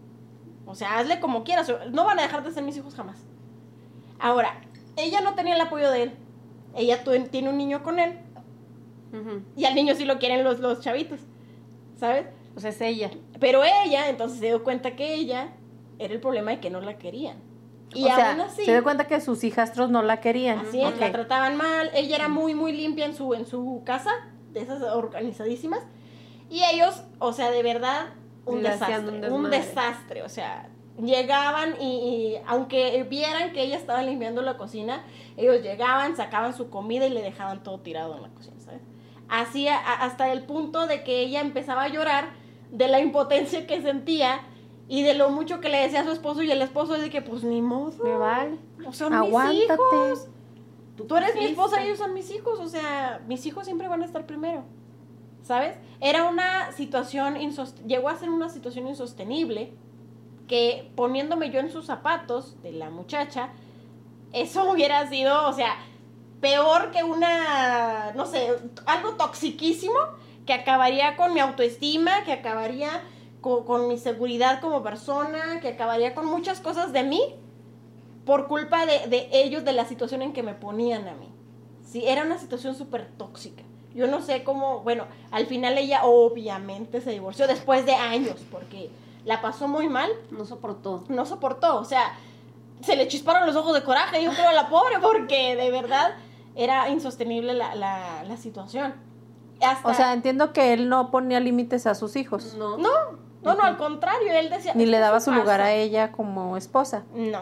O sea, hazle como quieras, no van a dejar de ser mis hijos jamás. Ahora, ella no tenía el apoyo de él. Ella tu- tiene un niño con él Ujú. y al niño sí lo quieren los, los chavitos, ¿sabes? O sea, es ella. Pero ella, entonces se dio cuenta que ella era el problema de que no la querían. Y o sea, aún así, se dio cuenta que sus hijastros no la querían. así es, Ok. la trataban mal. Ella era muy, muy limpia en su, en su casa, de esas organizadísimas. Y ellos, o sea, de verdad, un Le desastre. hacían un Un, desmadre. desastre, o sea, llegaban y, y aunque vieran que ella estaba limpiando la cocina, ellos llegaban, sacaban su comida y le dejaban todo tirado en la cocina, ¿sabes? Así a- a- hasta el punto de que ella empezaba a llorar de la impotencia que sentía y de lo mucho que le decía a su esposo, y el esposo dice que pues ni modo. Me vale. O sea, son Aguántate. mis hijos. Tú eres mi quisiste. esposa y ellos son mis hijos. O sea, mis hijos siempre van a estar primero. ¿Sabes? Era una situación, insos- llegó a ser una situación insostenible que poniéndome yo en sus zapatos de la muchacha, eso hubiera sido, o sea, peor que una, no sé, algo toxiquísimo que acabaría con mi autoestima, que acabaría con, con mi seguridad como persona, que acabaría con muchas cosas de mí por culpa de, de ellos, de la situación en que me ponían a mí. Sí, era una situación súper tóxica. Yo no sé cómo, bueno, al final ella obviamente se divorció después de años, porque la pasó muy mal, No soportó. no soportó, o sea, se le chisparon los ojos de coraje, yo creo, a la pobre, porque de verdad era insostenible la, la, la situación. hasta... O sea, entiendo que él no ponía límites a sus hijos. No. No, no, no, al contrario, él decía... Ni "Es le que daba eso su lugar pasa". a ella como esposa. No,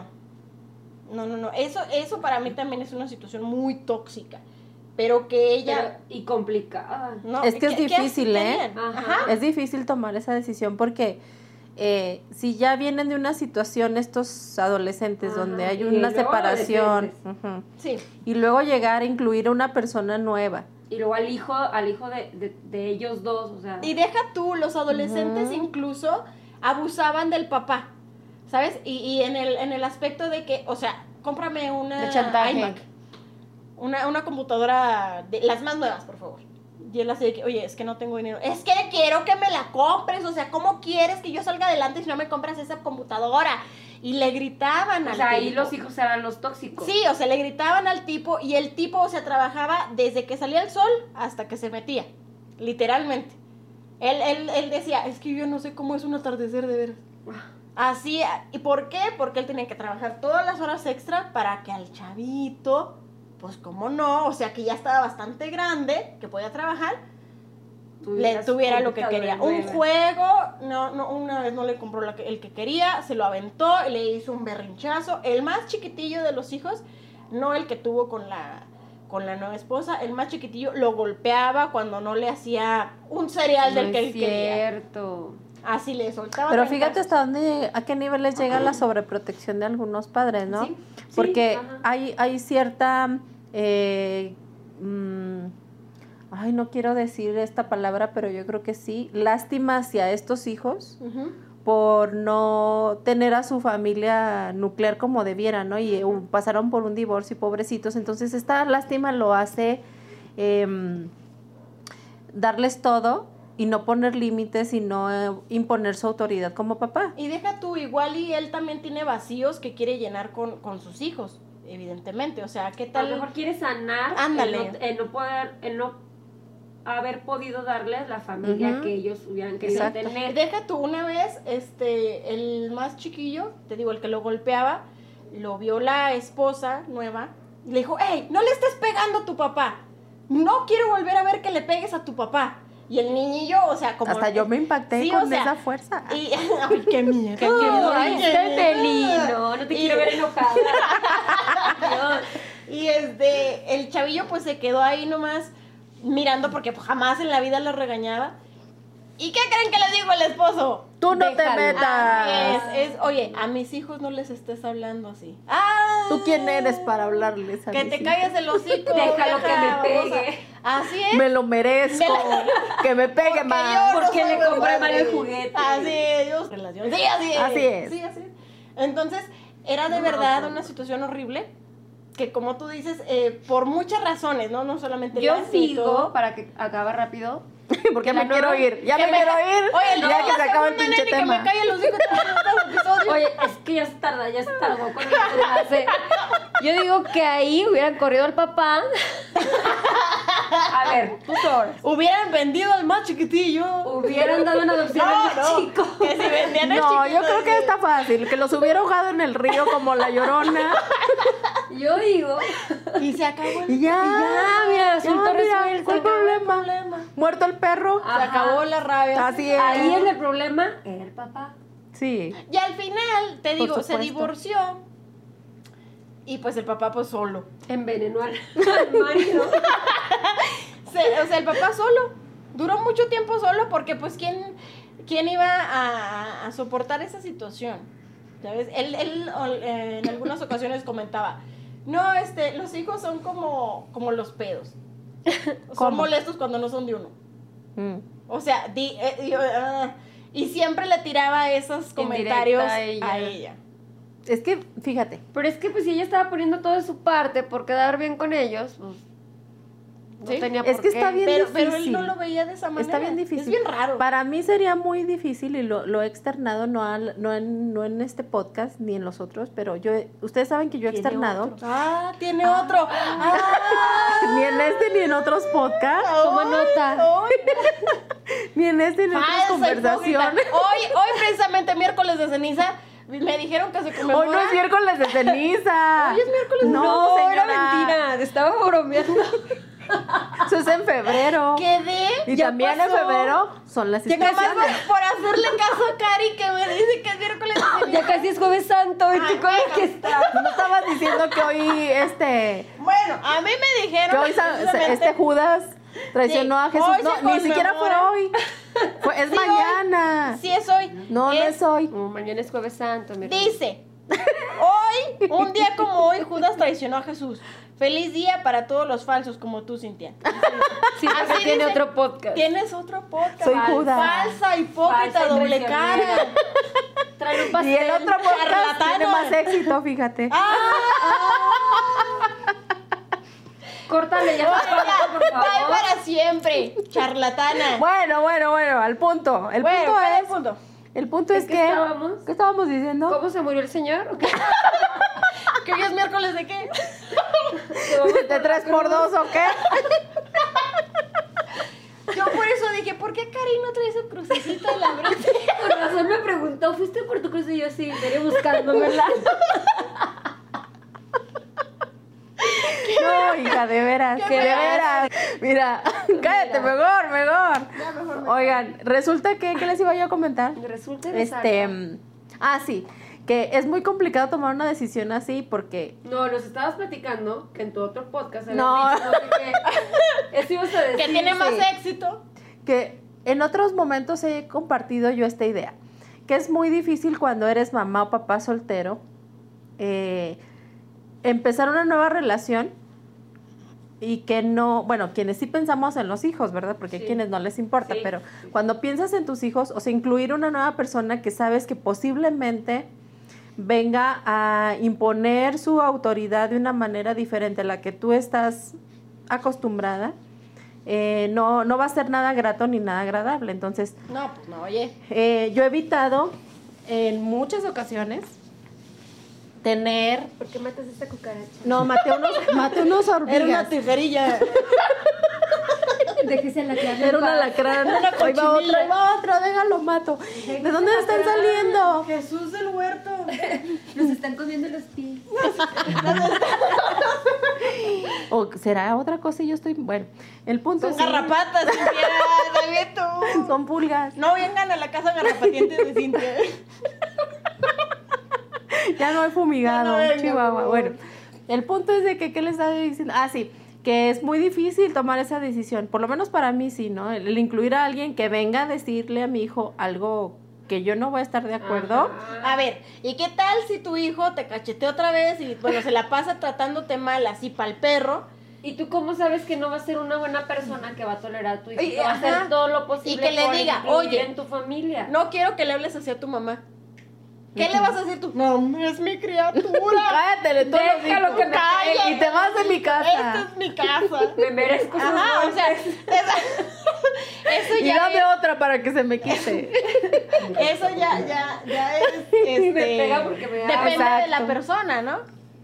no, no, no, eso, eso para mí también es una situación muy tóxica, pero que ella... Pero- y complicada. no, Es que es así difícil, ¿eh? querían. Ajá. Ajá. Es difícil tomar esa decisión porque eh, si ya vienen de una situación estos adolescentes Ajá, donde hay y una luego separación adolescentes. ujú, Sí, y luego llegar a incluir a una persona nueva. Y luego al hijo, al hijo de, de, de ellos dos, o sea. y deja tú, los adolescentes Ujú. incluso abusaban del papá, ¿sabes? Y, y en, el, en el aspecto de que, o sea, cómprame una De chantaje. iMac, una, una computadora de las más nuevas, por favor. Y él así de que, oye, es que no tengo dinero. Es que quiero que me la compres, o sea, ¿cómo quieres que yo salga adelante si no me compras esa computadora? Y le gritaban O al sea, ahí tipo. los hijos eran los tóxicos. Sí, o sea, le gritaban al tipo y el tipo, o sea, trabajaba desde que salía el sol hasta que se metía, literalmente. Él, él, él decía, es que yo no sé cómo es un atardecer de veras. Así, ¿y por qué? Porque él tenía que trabajar todas las horas extra para que al chavito, pues cómo no, o sea, que ya estaba bastante grande, que podía trabajar, le su tuviera lo que computadora quería. Un nueva. juego, no, no, una vez no le compró la que- el que quería, se lo aventó y le hizo un berrinchazo. El más chiquitillo de los hijos, no el que tuvo con la, con la nueva esposa, el más chiquitillo lo golpeaba cuando no le hacía un cereal No del que es él quería. cierto. Así le soltaba. Pero trancazos. fíjate hasta dónde, a qué niveles llega la sobreprotección de algunos padres, ¿no? Sí, Porque ajá. hay, hay cierta, eh, mm, ay, no quiero decir esta palabra, pero yo creo que sí, lástima hacia estos hijos Ujú. por no tener a su familia nuclear como debiera, ¿no? Y eh, un- pasaron por un divorcio y pobrecitos, entonces esta lástima lo hace em, darles todo y no poner límites y no eh, imponer su autoridad como papá. Y deja tú, igual y él también tiene vacíos que quiere llenar con, con sus hijos, evidentemente. O sea, ¿qué A lo tal? mejor quiere sanar Ándale. el no, el no poder, el no haber podido darles la familia Ujú. que ellos hubieran querido Exacto. tener. Deja tú, una vez, este, el más chiquillo, te digo, el que lo golpeaba, lo vio la esposa nueva y le dijo, hey, no le estés pegando a tu papá. No quiero volver a ver que le pegues a tu papá. Y el niñillo, o sea, como... Hasta yo me impacté Sí, con o sea, esa fuerza. Y, ay, qué miedo. Que miedo, Ay, qué ¿viste, miedo. Felino? No te Y- quiero ver enojada. Dios. Y este, el chavillo pues se quedó ahí nomás mirando porque pues, jamás en la vida lo regañaba. ¿Y qué creen que le digo al esposo? Tú no te Déjalo. metas. Así es, es, oye, a mis hijos no les estés hablando así. ¡Ah! ¿Tú quién eres para hablarles a Que mis te hijos? calles el hocico. Déjalo que vieja me babosa. pegue. Así es. Me lo merezco. Me la- Que me pegue Porque más. yo no Porque soy le muy compré mal padre. el juguete. Así es, yo- relación. Sí, así es. Así es. Sí, así es. Entonces, era de No, verdad no. una situación horrible. Que como tú dices, eh, por muchas razones, ¿no? No solamente Yo lástima y todo. digo, para que acabe rápido, Porque Que me no- quiero ir. Ya Que me me- quiero ir. Oye, no, ya que la se acaba el segunda, pinche nene, que tema. me calle los hijos todos los episodios. oye, es que ya se tarda, ya se tardó con el enlace. Yo digo que ahí hubieran corrido al papá. A ver, tú sobras. Hubieran vendido al más chiquitillo. Hubieran dado una adopción No, al no, chico. que si vendían al No, chiquito, yo creo que dice, está fácil. Que los hubiera ahogado en el río como la Llorona. Yo digo. Y se acabó el... Y ya. Ya, mira, asunto mira, resuelto. ¿cuál Se acabó el problema? problema. Muerto el perro. Ah. Se acabó la rabia. Así es. Ahí es el problema. Era el papá. Sí. Y al final, te Por digo, se supuesto. divorció. Y pues el papá pues solo. Envenenó al al marido. Se- o sea, el papá solo. Duró mucho tiempo solo porque pues quién, quién iba a, a soportar esa situación. ¿Sabes? Él, él o- eh, en algunas ocasiones comentaba, no, este, los hijos son como, como los pedos. Son ¿Cómo? molestos cuando no son de uno. Mm. O sea, di- eh, yo, ah, y siempre le tiraba esos comentarios a a ella. ella. Es que, fíjate. Pero es que pues si ella estaba poniendo todo de su parte por quedar bien con ellos, pues no Sí. tenía Es por que qué. está bien Pero, pero él difícil. no lo veía de esa manera. Está bien difícil. Es bien raro. Para mí sería muy difícil y lo, lo he externado, no, al- no, en, no en este podcast ni en los otros, pero yo, ustedes saben que yo he Tiene externado, otro. Ah, tiene otro. Ah, ni en este ni en otros podcasts, Toma nota. Ay, ni en este ni en otras falsa, conversaciones. hipócrita. Hoy, hoy precisamente miércoles de ceniza, me dijeron que se conmemora. Hoy no es miércoles de ceniza. Hoy es miércoles de No, No, era señora. mentira, te estaba bromeando. Eso es en febrero. Quedé. Y ya también pasó. en febrero son las Ya nomás inscripciones. por, por hacerle caso a Cari que me dice que es miércoles. de Ya casi es Jueves Santo y Ay, tú con la bueno. que estás. ¿No estabas diciendo que hoy este Bueno, a mí me dijeron que hoy sa- precisamente- este Judas traicionó Sí, a Jesús? hoy se No, ni siquiera fue conmemora. hoy. Fue- es Sí, hoy. mañana. Sí, es hoy. No, no es hoy. No, mañana es Jueves Santo, mi reina. Dice, hoy, un día como hoy, Judas traicionó a Jesús. Feliz día para todos los falsos como tú, Cintia. Sí, porque Así tiene dice. otro podcast. Tienes otro podcast. Soy Fal- Judas. Falsa, hipócrita, Falsa y doble traicionera. cara. Trae un pastel. Y el otro podcast charlatana. tiene más éxito, fíjate. Ah, Córtale ya, Bye, por bye favor. para siempre, charlatana. Bueno, bueno, bueno, al punto. El Bueno, punto ¿cuál es es el punto? el punto ¿En es qué que estábamos? ¿qué estábamos diciendo? ¿Cómo se murió el señor? ¿O qué? ¿Que hoy es miércoles de qué? ¿De tres por dos o qué? Yo por eso dije, ¿por qué Cari no trae su crucecita en la frente? Con razón me preguntó, ¿fuiste por tu cruz? Y yo sí, iré buscando, ¿verdad? No, hija, de veras, ¿Qué de veras? veras. Mira, cállate, mejor, mejor. Ya, mejor me- Oigan, resulta que, ¿qué les iba yo a comentar? Resulta de Este, salsa. mm, ah, sí, que es muy complicado tomar una decisión así porque No, nos estabas platicando que en tu otro podcast habías No. dicho, no sé qué. Eso ibas a decir. Que tiene más sí. éxito. que en otros momentos he compartido yo esta idea, que es muy difícil cuando eres mamá o papá soltero, eh, empezar una nueva relación y que no, bueno, quienes sí pensamos en los hijos, ¿verdad? Porque hay Sí. quienes no les importa, Sí, pero sí. cuando piensas en tus hijos, o sea, incluir una nueva persona que sabes que posiblemente venga a imponer su autoridad de una manera diferente a la que tú estás acostumbrada, eh, no, no va a ser nada grato ni nada agradable. Entonces, No, pues no, oye. eh, yo he evitado en muchas ocasiones tener... ¿Por qué matas esta cucaracha? No, maté unos, maté unos Era una hormigas. tijerilla. Déjese en la clase. Era un alacrán. Una Ahí va cochinilla. otro, ahí va otro, déjalo, mato. ¿De dónde están saliendo? Jesús del huerto. Nos están comiendo los pies. ¿O será otra cosa y yo estoy... Bueno, el punto Son es... sí, garrapatas, Cintia. También tú. son pulgas. No vengan a la casa garrapatientes de Cintia. Ya no he fumigado, Ya no venga, Chihuahua. por favor. Bueno, el punto es de que, ¿qué les estaba diciendo? Ah, sí, que es muy difícil tomar esa decisión. Por lo menos para mí sí, ¿no? El, el incluir a alguien que venga a decirle a mi hijo algo que yo no voy a estar de acuerdo. A ver, ¿y qué tal si tu hijo te cachetea otra vez y bueno, se la pasa tratándote mal así pa'l perro? ¿Y tú cómo sabes que no va a ser una buena persona que va a tolerar a tu hijo? Y- Que va a hacer ajá. todo lo posible Y que le por diga, incluir oye, en tu familia. No quiero que le hables así a tu mamá. ¿Qué le vas a decir tú? No, es mi criatura. Cállate, tú Déjalo que me Cállate. y te vas de mi casa. Esta es mi casa. Me merezco sus Ajá, o sea, golpes. esa- eso Y ya dame es, otra para que se me quite. eso ya, ya, ya es, este, Me pega porque me da- depende de la Exacto. persona, ¿no?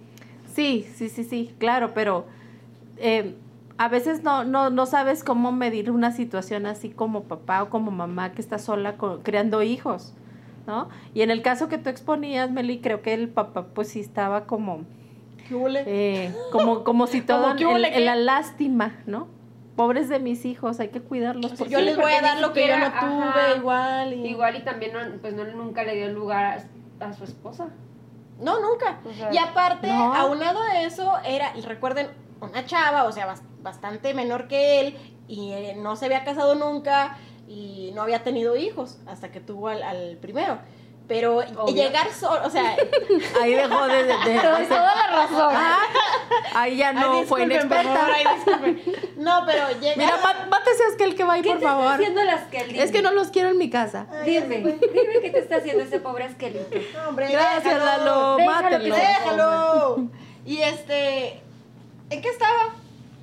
Sí, sí, sí, sí, claro, pero eh, a veces no, no, no sabes cómo medir una situación así como papá o como mamá que está sola con- creando hijos, ¿no? Y en el caso que tú exponías, Meli, creo que el papá pues sí estaba como, ¿Qué huele? eh, como, como si todo ¿Cómo qué en, huele en qué? la lástima, ¿no? Pobres de mis hijos, hay que cuidarlos. porque- Yo les voy a porque dar ni lo que yo no siquiera, tuve ajá. igual. Y... Igual y también no, pues no, nunca le dio lugar a, a su esposa. No, nunca. O sea, y aparte, no. aunado a eso, era, recuerden, una chava, o sea, bas- bastante menor que él, y eh, no se había casado nunca, y no había tenido hijos, hasta que tuvo al, al primero. Pero Obvio. llegar solo, o sea, Ahí dejó de... de- de- de- Toda la razón. ahí ya no ay, fue disculpen, por inexperta. favor, ay, disculpen. No, pero llegar... Mira, má- mátese a aquel que va ahí, ¿Qué por te está favor. haciendo el Askelito? Es que no los quiero en mi casa. Ay, ya Dime, se fue. dime qué te está haciendo ese pobre Askelito. No, hombre, Gracias, déjalo. Lalo, Déjalo mátenlo. que se- Déjalo. Y este, ¿en qué estaba?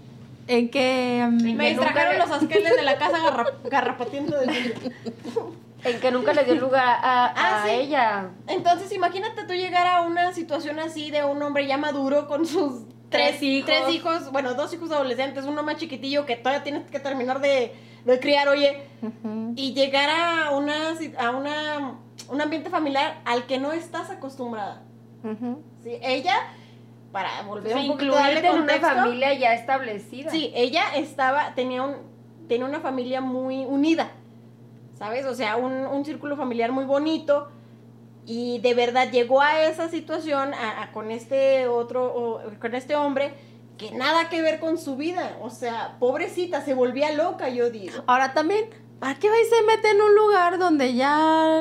En que... um, En Me que nunca distrajeron le- los asqueles de la casa garra- garrapatiente del niño. En que nunca le dio lugar a, a Ah, sí. ella. Entonces, imagínate tú llegar a una situación así de un hombre ya maduro con sus Tres hijos. tres hijos, bueno, dos hijos adolescentes, uno más chiquitillo que todavía tienes que terminar de, de criar, oye, ujú. y llegar a una si- a una un ambiente familiar al que no estás acostumbrada. Ujú. ¿Sí? Ella para volver Sí, un poquito a darle incluirte en una contexto. familia ya establecida. Sí, ella estaba, tenía un, tenía una familia muy unida, ¿sabes? O sea, un, un círculo familiar muy bonito y de verdad llegó a esa situación a, a con este otro, o, con este hombre que nada que ver con su vida, o sea, pobrecita, se volvía loca, yo digo. Ahora también, ¿para qué va y se mete en un lugar donde ya...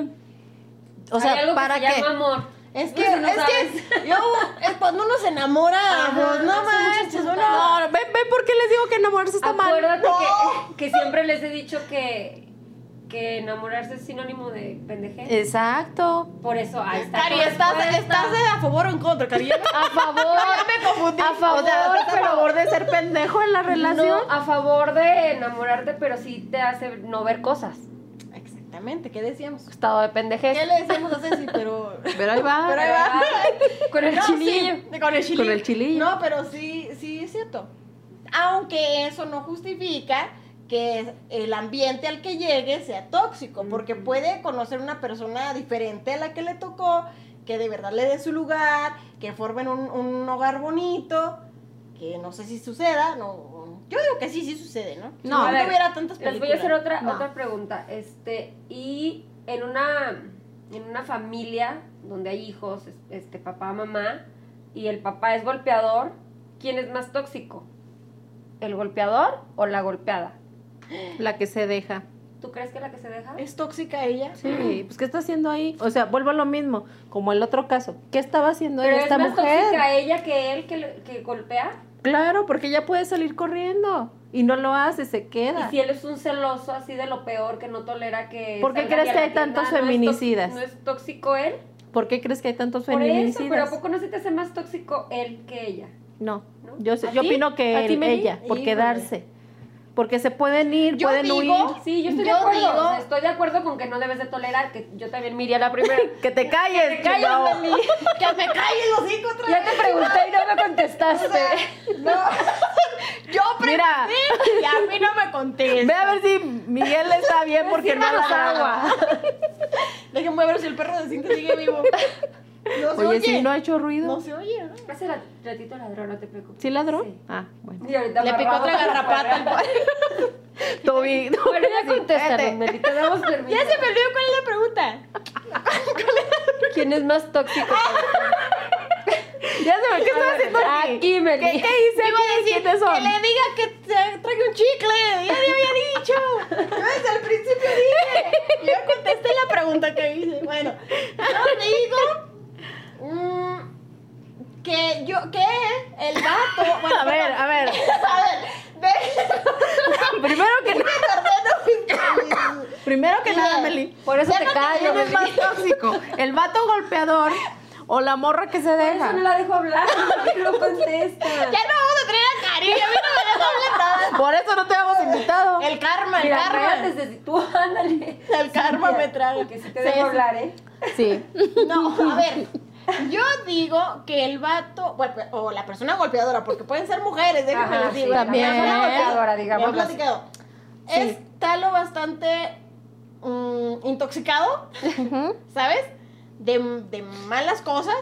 O sea, Hay algo ¿para que qué? se llama amor. Es que, No sé si lo es sabes. que, yo, es cuando uno se enamora, pues, no hace manches, muchas uno... No, ven, ven, ¿por qué les digo que enamorarse está mal? Acuérdate No. que, que siempre les he dicho que, que enamorarse es sinónimo de pendejez. Exacto. Por eso, ahí está. Cari, tu ¿estás, respuesta. ¿estás de a favor o en contra, Cari? Ya me- A favor. ya me confundí. A favor, O sea, ¿estás a pero- favor de ser pendejo en la relación? No, a favor de enamorarte, pero sí te hace no ver cosas. Exactamente, ¿qué decíamos? Estado de pendejez. ¿Qué le decíamos a Ceci? Pero... Pero ahí va. Pero ahí va. Con el No, chilillo. sí, con el chilillo. Con el chilillo. No, pero sí, sí es cierto. Aunque eso no justifica que el ambiente al que llegue sea tóxico, porque puede conocer una persona diferente a la que le tocó, que de verdad le dé su lugar, que formen un, un hogar bonito, que no sé si suceda, no, yo digo que sí, sí sucede, ¿no? Si No, no, a no ver, hubiera tantas Les películas. voy a hacer otra, No. otra pregunta. Este, y en una, en una familia donde hay hijos, este, papá, mamá, y el papá es golpeador, ¿quién es más tóxico? ¿El golpeador o la golpeada? La que se deja. ¿Tú crees que la que se deja? ¿Es tóxica ella? Sí, pues ¿qué está haciendo ahí? O sea, vuelvo a lo mismo, como el otro caso. ¿Qué estaba haciendo Pero ella, es esta más mujer? tóxica ella que él que, le- que golpea. Claro, porque ella puede salir corriendo y no lo hace, se Y queda. si él es un celoso así de lo peor que no tolera que... ¿Por qué salga crees y a que la hay tantos tienda, ¿no es feminicidas? tóxico- ¿No es tóxico él? ¿Por qué crees que hay tantos Por eso, feminicidas? pero ¿a poco no se te hace más tóxico él que ella? No, ¿No? yo, sé- ¿A yo ti? opino que ¿A ti, él- Meli? ella, por Híjole. quedarse. Porque se pueden ir, Yo pueden digo- huir. Sí, yo estoy Yo de acuerdo. digo- o sea, estoy de acuerdo con que no debes de tolerar, que yo también me iría la primera. Que te calles, Que te calles, chingao. Meli. ¡Que me calles los hijos otra Ya vez! te pregunté y no me contestaste. No, yo Mira. pregunté y a mí no me contesta. Ve a ver si Miguel está bien porque no Sírvanos la agua. Déjenme ver si el perro de Cintia sigue vivo. No se Oye, oye. si no ha hecho ruido. No se oye, ¿no? Hace la- ratito ladrón, no te preocupes. ¿Sí ladró? Sí. Ah, bueno. Y ahorita Le picó amarrado otra para garrapata al afuera. perro. Toby, Toby, Bueno, ya sí, contéstanos, vete. Meli, te damos permiso. Ya se me olvidó cuál es la pregunta. ¿Quién es más tóxico? Ya se me, ¿qué estaba haciendo aquí? Aquí, Meli. ¿Qué, qué hice Iba a aquí? decir ¿Quiénes son? que le diga que te traiga un chicle. Ya le había dicho. Yo desde el principio dije. Yo contesté la pregunta que hice. Bueno, yo digo mm, que yo que el vato. Bueno, A ver, perdón. a ver. A ver, de- Primero que nada, primero que nada, Meli. Por eso Ya te no te callo, ¿Quién es Meli. más tóxico? ¿El vato golpeador o la morra que se Por eso deja? no la dejo hablar, porque no contesta. Ya no vamos a traer a Cari. A mí no me deja hablar nada. Por eso no te hemos invitado. El karma, el Mira, karma. cállate, si tú, ándale. El karma me traga. Porque si te Sí, dejo sí. hablar, ¿eh? Sí. No, a ver, yo digo que el vato, bueno, o la persona golpeadora, porque pueden ser mujeres, déjenme Ajá, les digo. sí, la también. persona golpeadora, digamos me han así. platicado. Está lo bastante mm, intoxicado, ¿sabes? De, de malas cosas.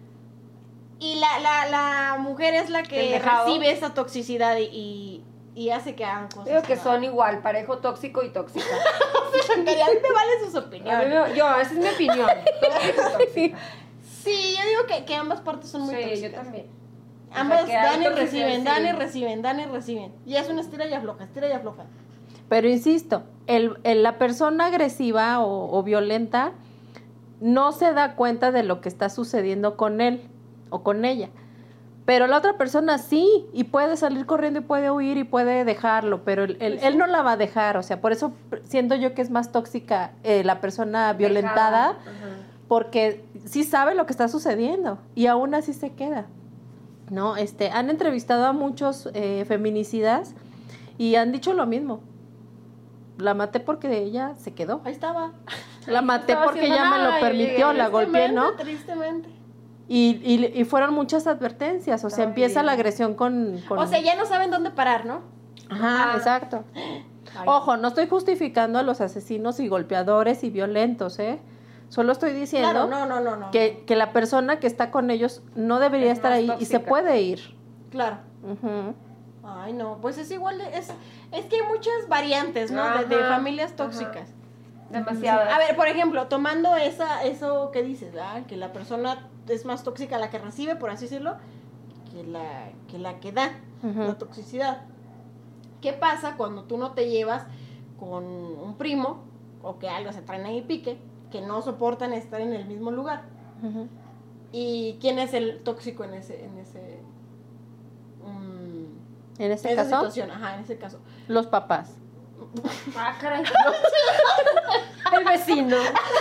Y la, la, la mujer es la que Pendejado. recibe esa toxicidad y, y, y hace que hagan cosas. Digo que no. son igual, parejo tóxico y tóxica. Cari, a mí me valen sus A mí opiniones. me- yo, esa es mi opinión. Tóxico y tóxica. Sí, yo digo que, que ambas partes son muy Sí, tóxicas. yo también. Ambas O sea, que hay dan y toxicidad, reciben, sí. dan y reciben, dan y reciben. Y es una estira y afloja, estira y afloja. Pero insisto, el, el- la persona agresiva o, o violenta no se da cuenta de lo que está sucediendo con él o con ella. Pero la otra persona sí, y puede salir corriendo y puede huir y puede dejarlo, pero él, él- él no la va a dejar. O sea, por eso siento yo que es más tóxica eh, la persona violentada, Dejada. Ajá. porque sí sabe lo que está sucediendo y aún así se queda. ¿No? Este, han entrevistado a muchos eh, feminicidas y han dicho lo mismo. La maté porque ella se quedó. Ahí estaba. La maté estaba porque haciendo ella me nada, lo y permitió, la golpeé, ¿no? Tristemente. Y, y, y fueron muchas advertencias, o sea, Ay, empieza la Dios. agresión con... con- O sea, ya no saben dónde parar, ¿no? Ajá, Ah. exacto. Ojo, no estoy justificando a los asesinos y golpeadores y violentos, ¿eh? Solo estoy diciendo Claro, no, no, no, no. que, que la persona que está con ellos no debería Es estar más ahí y se tóxica. puede ir. Claro. Ujú. Ay, no, pues es igual, de, es, es que hay muchas variantes, ¿no? De, de Ajá, familias ajá. tóxicas. Demasiado. A ver, por ejemplo, tomando esa, eso que dices, ¿verdad? Que la persona es más tóxica la que recibe, por así decirlo, que la que, la que da Ujú. la toxicidad. ¿Qué pasa cuando tú no te llevas con un primo o que algo se traen ahí pique, que no soportan estar en el mismo lugar? Ujú. ¿Y quién es el tóxico en ese, en ese, mm, En ese esa caso, situación? Ajá, en ese caso. los papás. Ah, caray. El vecino.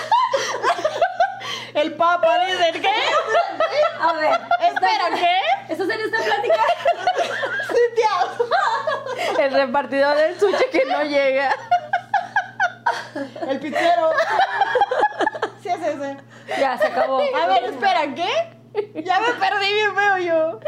El papa dice, ¿qué? A ver, Espera, ¿qué? ¿eso sería esta plática? Cintia. El repartidor del sushi que no llega. El pizzero. Sí es ese. Ya, se acabó. A ver, espera, ¿qué? Ya me perdí bien feo yo.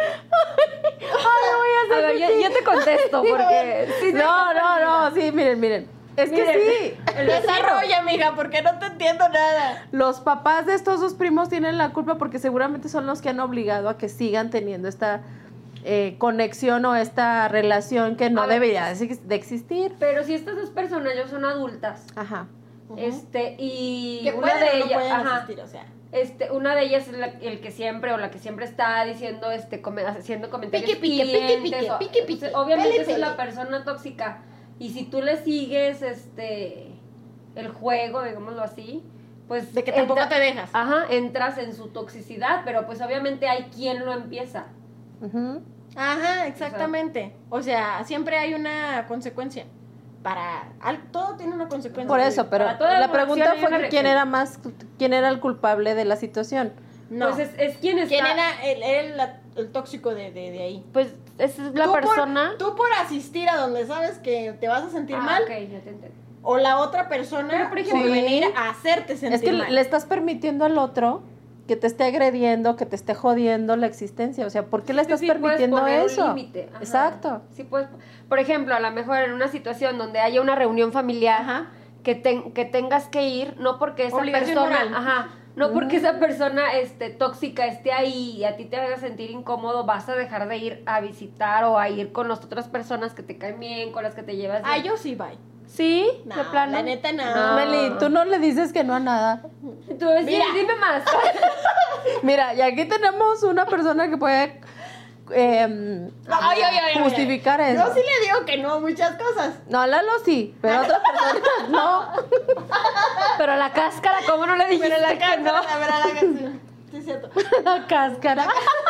A ver, yo, yo te contesto porque... sí, No, no, no, sí, miren, miren. Es que Miren, sí. el vecino. Desarrolla, mija, porque no te entiendo nada. Los papás de estos dos primos tienen la culpa porque seguramente son los que han obligado a que sigan teniendo esta eh, conexión o esta relación que no A ver. debería de ex- de existir. Pero si estas dos personas ya son adultas, Ajá. este, y Que una pueden de o no ellas, pueden ajá, asistir, o sea. este, una de ellas es la- el que siempre o la que siempre está diciendo, este, come- haciendo comentarios Pique, pique, pique, hirientes, pique, o- pique, pique, entonces, obviamente pele, esa es la pele. persona tóxica. Y si tú le sigues, este, el juego, digámoslo así, pues De que tampoco te dejas. Ajá, entras en su toxicidad, pero pues obviamente hay quien lo empieza. Ujú. Ajá, exactamente. O sea, siempre hay una consecuencia. Para. al- todo tiene una consecuencia. Por eso, pero Para toda la acción pregunta hay fue una que quién reacción. era más, quién era el culpable de la situación. No. Pues es, es quien está... ¿Quién era el, el, la- el tóxico de, de, de ahí? Pues esa es la Tú por- persona... tú por asistir a donde sabes que te vas a sentir Ah, mal. ok, ya te entendí. O la otra persona Pero, por ejemplo, por Sí. venir a hacerte sentir Es que mal. le estás permitiendo al otro que te esté agrediendo, que te esté jodiendo la existencia. O sea, ¿por qué le estás Sí, sí, puedes permitiendo poner un eso? límite, ajá. Exacto. Sí, pues, por ejemplo, a lo mejor en una situación donde haya una reunión familiar Ajá. que, ten- que tengas que ir, no porque esa Obligación persona, moral. ajá, no porque esa persona este, tóxica esté ahí y a ti te haga sentir incómodo, vas a dejar de ir a visitar o a ir con las otras personas que te caen bien, con las que te llevas Ah, bien. yo sí, bye. Sí, No, de plano. la neta no. No. Meli, tú no le dices que no a nada. Tú sí, Mira. dime más. Mira, y aquí tenemos una persona que puede em, Ay, ay, ay, ay, justificar ay. eso. Yo sí le digo que no a muchas cosas. No, Lalo sí, pero otras personas no. Pero la cáscara, ¿cómo no le dijiste Pero la que cara, no? la verdad, la canción. Sí, es cierto. La cáscara.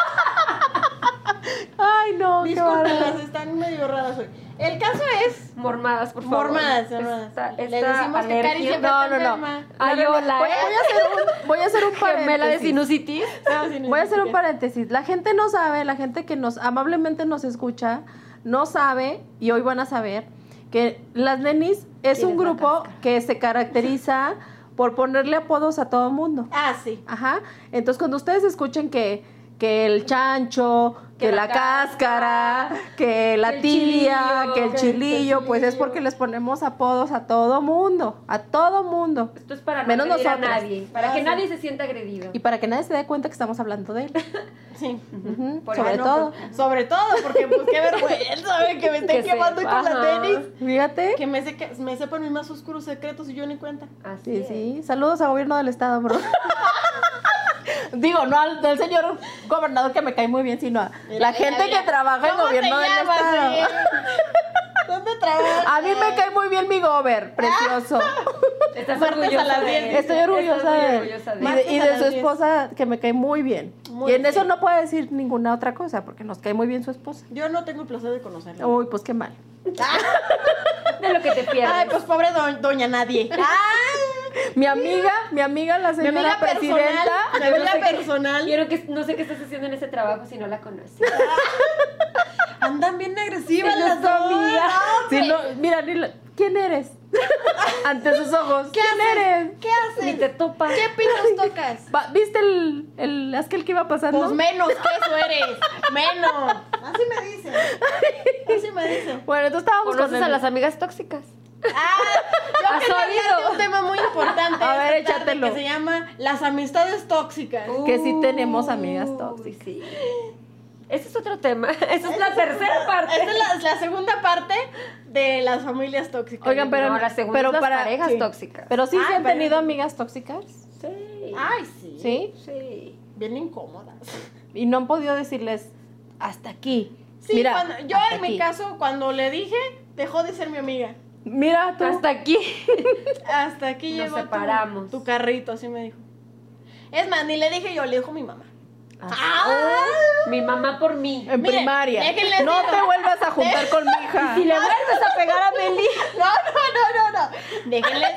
Ay, no, qué bárbaro. Discúlpenlas, están medio raras hoy. El caso es. Mormadas, por favor. Mormadas, mormadas. Esta, Le esta decimos que Cari alergia. siempre No, está no, no. enferma. Ay, hola, Voy, ¿eh? voy a hacer un, voy a hacer un Gemela de paréntesis. sinusitis. No, sí, no, Voy a sí, hacer un sí. paréntesis. La gente no sabe, la gente que nos amablemente nos escucha, no sabe, y hoy van a saber, que Las Nenis es ¿Quién un es la grupo cáscara? que se caracteriza por ponerle apodos a todo mundo. Ah, sí. Ajá. Entonces, cuando ustedes escuchen que, que el chancho, que, Que la, la cáscara, que la que el tía, chilillo, que el que el chilillo, pues es chilillo. porque les ponemos apodos a todo mundo, a todo mundo. Esto es para no Menos agredir nosotras. a nadie. Para Ah, que sí. nadie se sienta agredido. Y para que nadie se dé cuenta que estamos hablando de él. Sí. Ujú, Por sobre Ah, no, todo. pues, sobre todo, porque pues qué vergüenza, güey, que me estén Que quemando sepa, con la ajá. tenis. Fíjate. Que me, seque- me sepan mis más oscuros secretos y yo ni cuenta. Así Sí, es. sí. Saludos al gobierno del estado, bro. Digo, no al del señor gobernador que me cae muy bien, sino a Mira, la mira, gente mira. que trabaja en ¿Cómo te gobierno del llamas, estado. eh? ¿Dónde trabajas? A mí me cae muy bien mi gober, precioso. Estás Martes a orgullosa las de diez. él. Estoy orgullosa Estás muy de él. orgullosa de Y él. de, y Martes a de las su diez. esposa que me cae muy bien. Muy y en bien. eso no puedo decir ninguna otra cosa, porque nos cae muy bien su esposa. Yo no tengo el placer de conocerla. Uy, pues qué mal. De lo que te pierdes. Ay, pues pobre do- doña nadie. Mi amiga, mi amiga, la Mi señora amiga presidenta. personal. Mi Yo no amiga sé qué- personal. Quiero que no sé qué estás haciendo en ese trabajo si no la conoces. Andan bien agresivas Sí, yo las dos. sabía. No, Sí, hombre. no, mira, ni la- ¿quién eres? Ante sus ojos. ¿Qué ¿Quién haces? eres? ¿Qué Ni haces? te topas. ¿Qué pitos tocas? Va- ¿Viste el, el aquel que iba pasando? Pues menos que eso eres. Menos. Así me dicen. Así me dicen. Bueno, entonces estábamos con ¿Conoces el- a las amigas tóxicas? Ah, yo ¿Has quería hablar oído? de un tema muy importante A ver, esta tarde échatelo. que se llama las amistades tóxicas. Que sí tenemos amigas Uy, tóxicas. sí. Ese es otro tema. Esa es la tercera parte. Esta es la, la segunda parte de las familias tóxicas. Oigan, pero, No, la segunda pero es las para parejas sí. tóxicas. Pero sí Ah, se han pero- tenido amigas tóxicas. Sí. Ay, sí. ¿Sí? Sí. Bien incómodas. Y no han podido decirles hasta aquí. Sí, Mira, cuando- yo hasta en mi aquí. caso, cuando le dije, dejó de ser mi amiga. Mira tú. Hasta aquí. Hasta aquí Nos llegó tu- separamos. Tu, carrito, así me dijo. Es más, ni le dije yo, le dijo mi mamá. Ah. Mi mamá por mí. En Miren, primaria. déjenles No digo. te vuelvas a juntar con mi hija. Si le vuelves a pegar a Meli. No, no, no, no, no. Déjenles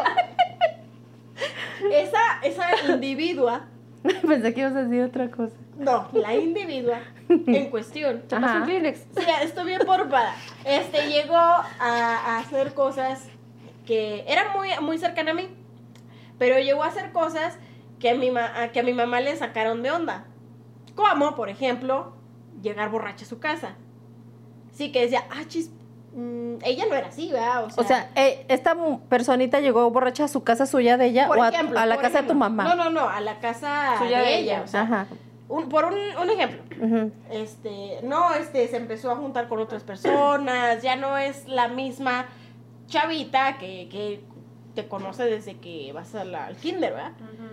digo. Esa, esa individua, Pensé que ibas a decir otra cosa. no, la individua en cuestión. Te paso Ajá. un Kleenex. Sí, estoy bien porpada. Este llegó a, a hacer cosas que eran muy, muy cercanas a mí. Pero llegó a hacer cosas que a, mi ma- a que a mi mamá le sacaron de onda. Como, por ejemplo, llegar borracha a su casa. Sí, que decía, ah, chis, mm, ella no era así, ¿verdad? O sea, eh, esta mu- personita llegó borracha a su casa suya de ella por o a, ejemplo, a la por casa de tu ejemplo. mamá. No, no, no, a la casa Suya de de ella. ella. O sea, Ajá. un- por un, un ejemplo. Ujú. Este, no, este, se empezó a juntar con otras personas, ya no es la misma chavita que, que te conoce desde que vas a la- al kinder, ¿verdad?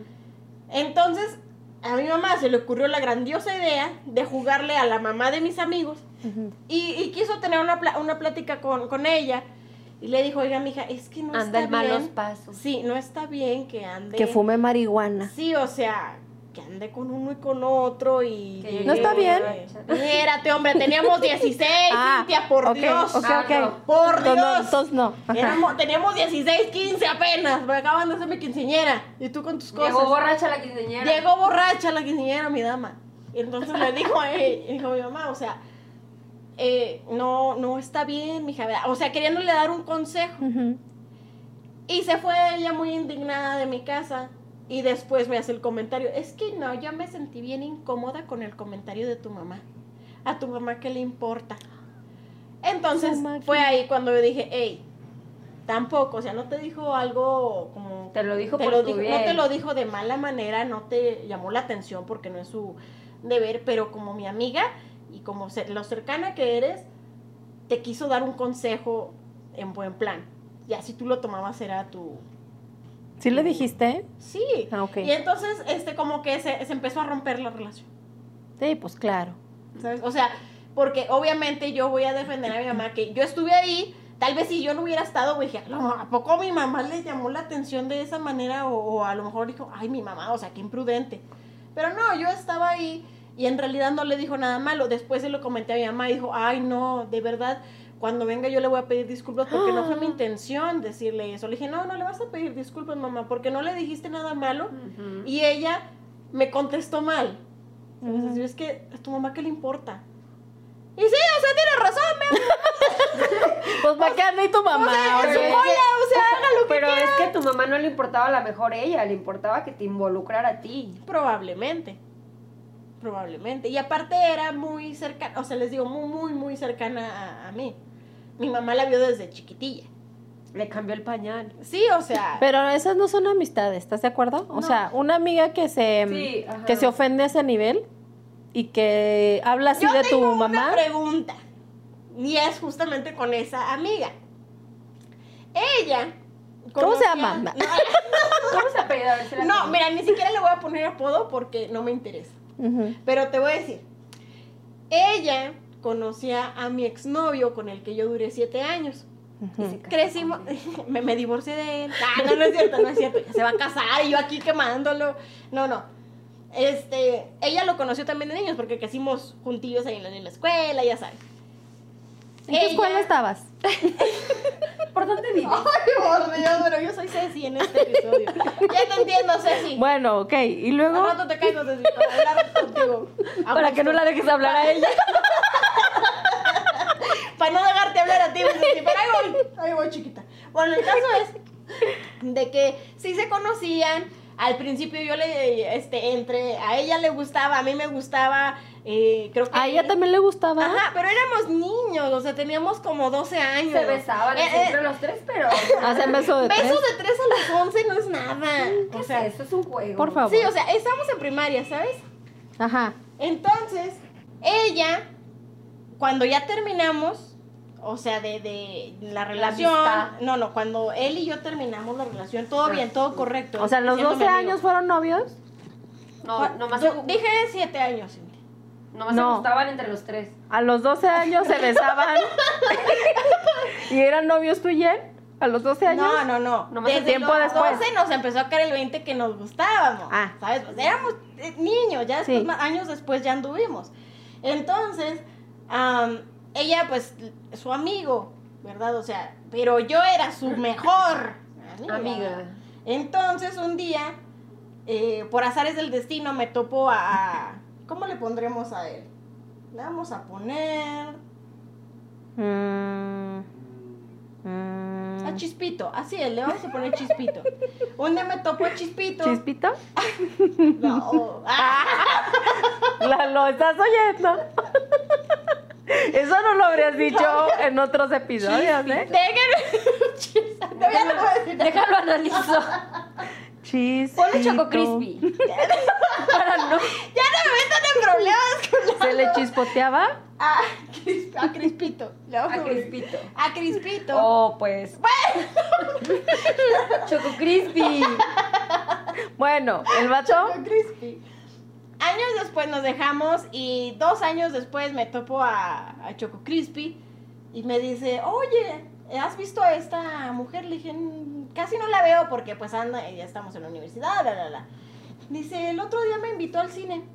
Entonces, a mi mamá se le ocurrió la grandiosa idea de jugarle a la mamá de mis amigos Ujú. y, y quiso tener una, pla- una plática con, con ella y le dijo, oiga, mija, es que no Anda está en malos bien. pasos. Sí, no está bien que ande... Que fume marihuana. Sí, o sea, que ande con uno y con otro y... Que llegue- No está bien. Espérate, hombre, teníamos dieciséis, Ah, Cintia, por ok, Dios. ok, Ah, ok. no. Por Entonces no, Dios. entonces no. Ajá. Éramos- teníamos dieciséis, quince apenas, me acaban de hacer mi quinceañera. Y tú con tus cosas. Llegó borracha la quinceañera. Llegó borracha la quinceañera, mi dama. Y entonces le dijo a ella, dijo mi mamá, o sea, eh, no, no está bien, mija. ¿verdad? O sea, queriéndole dar un consejo. Ujú. Y se fue ella muy indignada de mi casa. Y después me hace el comentario, es que no, yo me sentí bien incómoda con el comentario de tu mamá. A tu mamá, ¿qué le importa? Entonces, Su máquina. fue ahí cuando yo dije, hey, tampoco, o sea, no te dijo algo como... Te lo dijo te por lo tu dijo- bien. No te lo dijo de mala manera, no te llamó la atención porque no es su deber, pero como mi amiga y como ce- lo cercana que eres, te quiso dar un consejo en buen plan. Ya si tú lo tomabas era tu... ¿Sí le dijiste? Sí. Ah, ok. Y entonces, este, como que se, se empezó a romper la relación, Sí, pues claro. ¿sabes? O sea, porque obviamente yo voy a defender a mi mamá, que yo estuve ahí, tal vez si yo no hubiera estado, güey, dije, no, ¿a poco mi mamá le llamó la atención de esa manera? O, o a lo mejor dijo, ay, mi mamá, o sea, qué imprudente. Pero no, yo estaba ahí y en realidad no le dijo nada malo. Después se lo comenté a mi mamá y dijo, ay, no, de verdad, cuando venga yo le voy a pedir disculpas porque no fue mi intención decirle eso. Le dije, no, no le vas a pedir disculpas, mamá, porque no le dijiste nada malo. Ujú. Y ella me contestó mal. ¿Sabes? Así, es que a tu mamá, ¿qué le importa? Y sí, o sea, tiene razón, mi amor. Pues para qué anda y tu mamá. O sea, Oye, en su es bola, que- o sea, haga lo que Pero quiera. es que a tu mamá no le importaba a la mejor ella, le importaba que te involucrara a ti. Probablemente. Probablemente. Y aparte era muy cercana, o sea, les digo, muy, muy, muy cercana a, a mí. Mi mamá la vio desde chiquitilla. Le cambió el pañal. Sí, o sea. Pero esas no son amistades, ¿estás de acuerdo? O No. sea, una amiga que se Sí, ajá. que se ofende a ese nivel y que habla así yo de tu tengo mamá. una pregunta. Y es justamente con esa amiga. Ella. ¿Cómo se conocía- llama? No, ¿Cómo se apellida? A ver si la no, tengo. mira, ni siquiera le voy a poner apodo porque no me interesa. Ujú. Pero te voy a decir, ella conocía a mi exnovio con el que yo duré siete años. Y se casó Crecimos, con él. me, me divorcié de él. Ah, no, no es cierto, no es cierto. Ya se va a casar y yo aquí quemándolo. No, no. Este, ella lo conoció también de niños porque crecimos juntillos ahí en la, en la escuela, ya sabes. ¿En qué Ella- escuela estabas? ¿Por dónde vives? Ay, por Dios, pero yo soy Ceci en este episodio. Ya te entiendo, Ceci. Bueno, ok. Y Al luego, rato te caigo, Ceci, para hablar contigo. A para que gusto. no la dejes hablar a ella. Para no dejarte hablar a ti, Ceci, pero ahí voy, ahí voy, chiquita. Bueno, el caso es de que sí se conocían, al principio yo le, este, entre, a ella le gustaba, a mí me gustaba, eh, creo que... A ella también le gustaba. Ajá, pero éramos niños, o sea, teníamos como doce años. Se besaban Eh, entre eh, los tres, pero... Hacen beso de Besos tres. de tres a los once no es nada. ¿Qué O sea, es eso? Es un juego. Por favor. sí, o sea, estamos en primaria, ¿sabes? Ajá. Entonces, ella, cuando ya terminamos, o sea, de, de la relación, amistad. no, no, cuando él y yo terminamos la relación, todo Ah. bien, todo correcto. O sea, ¿los siéndome doce amigos. años fueron novios? No, nomás, Yo se, dije siete años, Cindy. nomás No. se gustaban entre los tres. A los doce años se besaban. ¿Y eran novios tú y él? ¿A los doce años? No, no, no. Nomás Desde tiempo los después. doce nos empezó a caer el veinte que nos gustábamos. Ah. ¿Sabes? Pues éramos eh, niños, ya después, Sí. más años después ya anduvimos. Entonces, am, ella, pues, su amigo, ¿verdad? O sea, pero yo era su mejor amiga. Amiga. Entonces, un día, eh, por azares del destino, me topo a, a- ¿cómo le pondremos a él? Le vamos a poner Mm, mm. a Chispito. Así es, le vamos a poner Chispito. Un día me topo a Chispito. ¿Chispito? No. Ah, La, ¿Lo estás oyendo? Eso no lo habrías dicho en otros episodios, ¿eh? déjenme. Chis- no, ya no voy a decir nada. Déjalo analizo. Chispito. Ponle Choco Crispy. Para no... Ya no me metan en problemas con la... ¿Se le chispoteaba? A, Cris- a Crispito. Le vamos A poner- Crispito. A Crispito. Oh, pues. Choco Crispy. Bueno, el vato. Choco Crispy. Años después nos dejamos y dos años después me topo a, a Choco Crispy y me dice, oye, ¿has visto a esta mujer? Le dije, "Mm, casi no la veo porque pues anda, ya estamos en la universidad, la, la, la". Dice, el otro día me invitó al cine.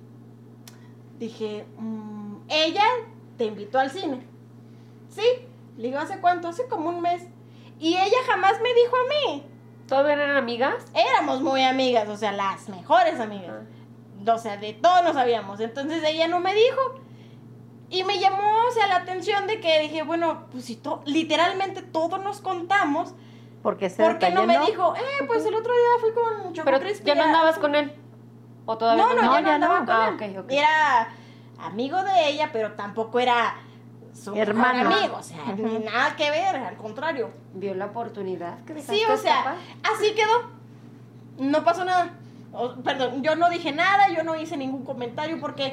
Dije, "Mm, ella te invitó al cine. Sí, le digo, ¿hace cuánto? Hace como un mes. Y ella jamás me dijo a mí. ¿Todavía eran amigas? Éramos muy amigas, o sea, las mejores amigas. O sea, de todo nos sabíamos. Entonces ella no me dijo. Y me llamó, o sea, la atención de que dije, bueno, pues si to- literalmente todos nos contamos, Porque se ¿por qué no me llenó? dijo, eh, pues el otro día fui con Choco Pero Crispy ya no a- andabas con él. ¿O todavía No, no, no? ya no ya andaba no. con Ah, él. ok, ok. Era amigo de ella, pero tampoco era su Hermano. mejor amigo. O sea, Ujú. ni nada que ver, al contrario. Vio la oportunidad que dejaste Sí, o sea, escapar. así quedó. No pasó nada. O- perdón, yo no dije nada, yo no hice ningún comentario porque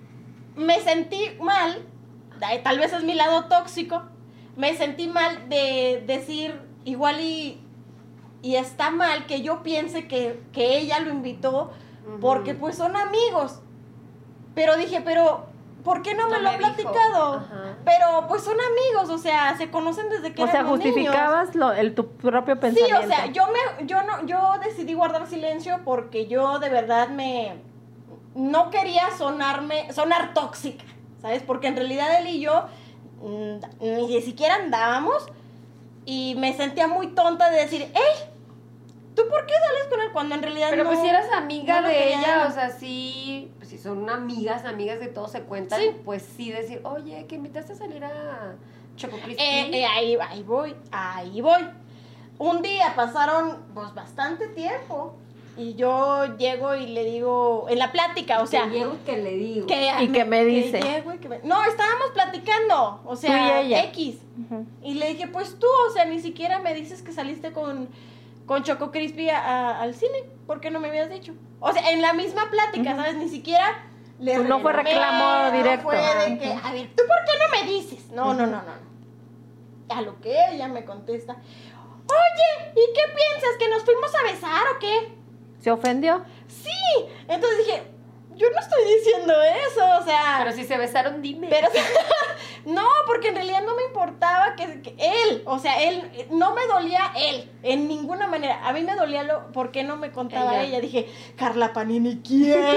me sentí mal. ay, Tal vez es mi lado tóxico. Me sentí mal de decir igual y, y está mal que yo piense que, que ella lo invitó porque pues son amigos. Pero dije, pero ¿por qué no, me No lo ha me dijo. platicado? Ajá. Pero pues son amigos, o sea, se conocen desde que O sea, éramos niños. justificabas lo, el, tu propio Sí, pensamiento. o sea, yo me, yo no, yo decidí guardar silencio porque yo de verdad me no quería sonarme, sonar tóxica, ¿sabes? Porque en realidad él y yo mm, ni siquiera andábamos y me sentía muy tonta de decir, hey, ¿tú por qué sales con él? Cuando en realidad Pero no. pues si eras amiga no lo de quería. ella, o sea, sí, pues si son amigas, amigas de todos se cuentan, Sí. pues sí decir, oye, que invitaste a salir a Choco Crispy. Eh, eh, ahí, ahí voy, ahí voy. Un día pasaron pues bastante tiempo y yo llego y le digo, en la plática, o sea, que llego y que le digo. que Y que me dice. llego y que me- no, estábamos platicando, o sea, Tú y ella. X. Ujú. Y le dije, pues tú, o sea, ni siquiera me dices que saliste con, con Choco Crispy a- a- al cine. ¿Por qué no me habías dicho? O sea, en la misma plática, ¿sabes? Ni siquiera le No fue renomé, reclamo directo. No fue de que, a ver, ¿tú por qué no me dices? No, no, no, no, no. A lo que ella me contesta, oye, ¿y qué piensas? ¿Que nos fuimos a besar o qué? ¿Se ofendió? Sí. Entonces dije, yo no estoy diciendo eso, o sea... Pero si se besaron, dime. Pero no, porque en realidad no me importaba que, que él, o sea, él, no me dolía él, en ninguna manera. A mí me dolía lo, ¿por qué no me contaba Ella. ella? Dije, Carla Panini, ¿quién?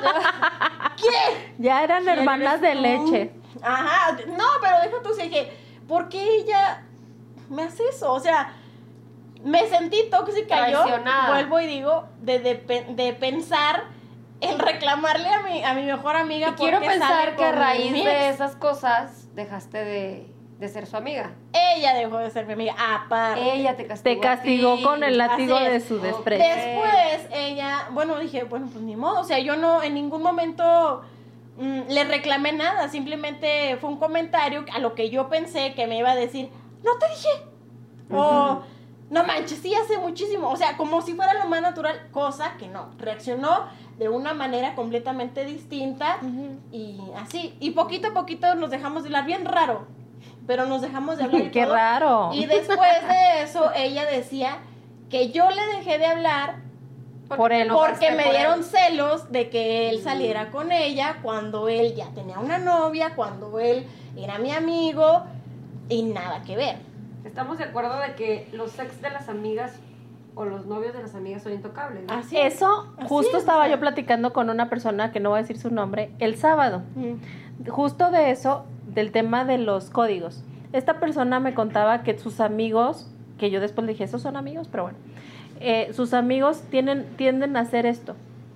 ¿Quién? Ya eran ¿Quién hermanas de eres tú? leche. Ajá, no, pero deja tú, sí, dije, ¿por qué ella me hace eso? O sea, me sentí tóxica yo, Traicionada. vuelvo y digo, de, de, pe- de pensar en reclamarle a mi, a mi mejor amiga Y quiero porque pensar sale que a con raíz mi de ex. esas cosas dejaste de de ser su amiga. Ella dejó de ser mi amiga, aparte. Ella te castigó. Te castigó a ti. con el látigo Así de es. su desprecio. Después ella, bueno, dije, bueno, pues ni modo, o sea, yo no en ningún momento mm, le reclamé nada, simplemente fue un comentario a lo que yo pensé que me iba a decir, no te dije, o no manches, sí hace muchísimo, o sea, como si fuera lo más natural, cosa que no, reaccionó de una manera completamente distinta y así, y poquito a poquito nos dejamos de hablar, bien raro, pero nos dejamos de hablar y Qué todo. raro. Y después de eso, ella decía que yo le dejé de hablar Por él. porque me por dieron él. celos de que él saliera con ella cuando él ya tenía una novia, cuando él era mi amigo y nada que ver. Estamos de acuerdo de que los ex de las amigas o los novios de las amigas son intocables, ¿no? Así es. Eso, Así justo es, estaba o sea. yo platicando con una persona que no voy a decir su nombre el sábado. Justo de eso, del tema de los códigos. Esta persona me contaba que sus amigos, que yo después le dije, esos son amigos, pero bueno, eh, sus amigos tienen, tienden a hacer esto.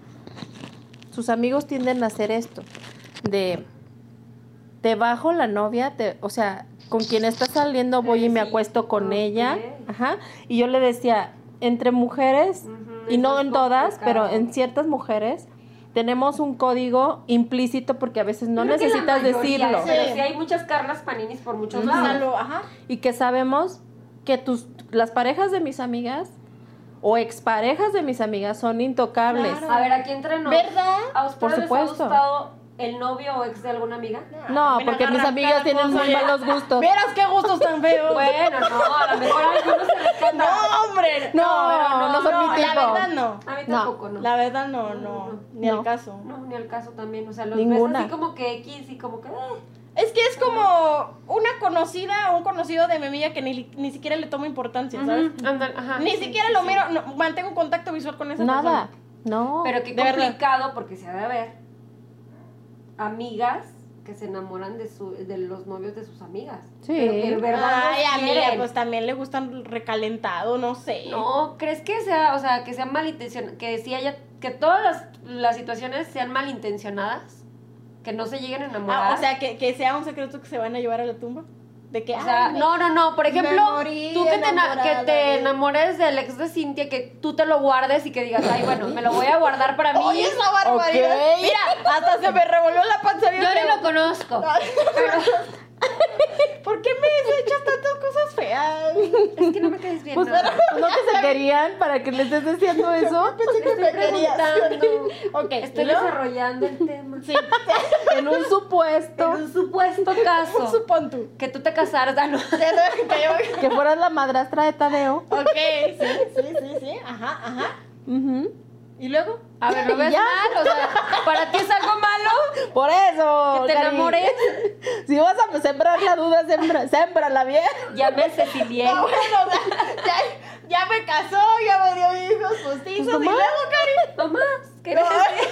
Sus amigos tienden a hacer esto. De, te bajo la novia, te, o sea, con quien estás saliendo voy y me Sí. acuesto con Ok. ella. Ajá. Y yo le decía, entre mujeres, Ujú, y no eso es en todas, complicado. pero en ciertas mujeres, tenemos un código implícito porque a veces no Creo que la necesitas mayoría, decirlo. Pero Sí. sí hay muchas Carlas Paninis por muchos O lados. sea, lo- ajá. Y que sabemos que tus, las parejas de mis amigas o exparejas de mis amigas son intocables. Claro. A ver, aquí entre nos. ¿Verdad? ¿A ustedes Por les ha supuesto. gustado el novio o ex de alguna amiga? No, Me porque mis agarran amigas cada tienen cosa, muy oye. malos gustos. Vieras qué gustos tan feos. Bueno, no, a lo mejor a algunos se les canta. No, hombre. No, no, no, son no, mi la tipo. verdad no. A mí No. tampoco, no. La verdad no, no, No, ni no. al caso. No, ni al caso también. O sea, los Ninguna. ves así como que X y como que. eh. Es que es como una conocida o un conocido de mi amiga que ni, ni siquiera le tomo importancia, ¿sabes? Ujú, ándale, ajá, Ni sí, siquiera sí, lo sí. miro, no, mantengo contacto visual con esa Nada. persona. No. Pero qué De verdad. complicado porque se ha de haber amigas que se enamoran de su, de los novios de sus amigas. Sí. Pero que en verdad Ay, los amiga, quieren. pues también le gustan recalentado, no sé. No, ¿crees que sea, o sea, que sean malintencionadas, que si haya, que todas las, las situaciones sean malintencionadas, que no se lleguen a enamorar? Ah, o sea, que, que sea un secreto que se van a llevar a la tumba. De que, O sea, ay, me- no, no, no, por me ejemplo, morí tú que te, ena- enamorada que te de- enamores del ex de Cintia, que tú te lo guardes y que digas, ay, bueno, me lo voy a guardar para mí. Oye, esa barbaridad. Ok. Mira, hasta se me revolvió la panza bien Yo feo. ni lo conozco. ¿Por qué me echas tantas cosas feas? Es que no me quedes bien. Pues, nada. ¿no que se querían para que le estés diciendo eso? Pensé que Estoy me querías. preguntando. Ok, Estoy ¿y luego? desarrollando el tema. Sí, En un supuesto En un supuesto caso supón tú. que tú te casaras, ah, no. que fueras la madrastra de Tadeo. Ok, sí, sí, sí, sí. Ajá, ajá. Ujú. ¿Y luego? A ver, ¿lo ves Ya. mal? O sea, ¿para ti es algo malo Por eso. que te Cari. enamores? Si vas a sembrar la duda, sembra, sémbrala bien. Llame a Cecilien. No, bueno, o sea, ya, ya me casó, ya me dio hijos postizos. Pues y nomás. luego, Cari, No más. Quería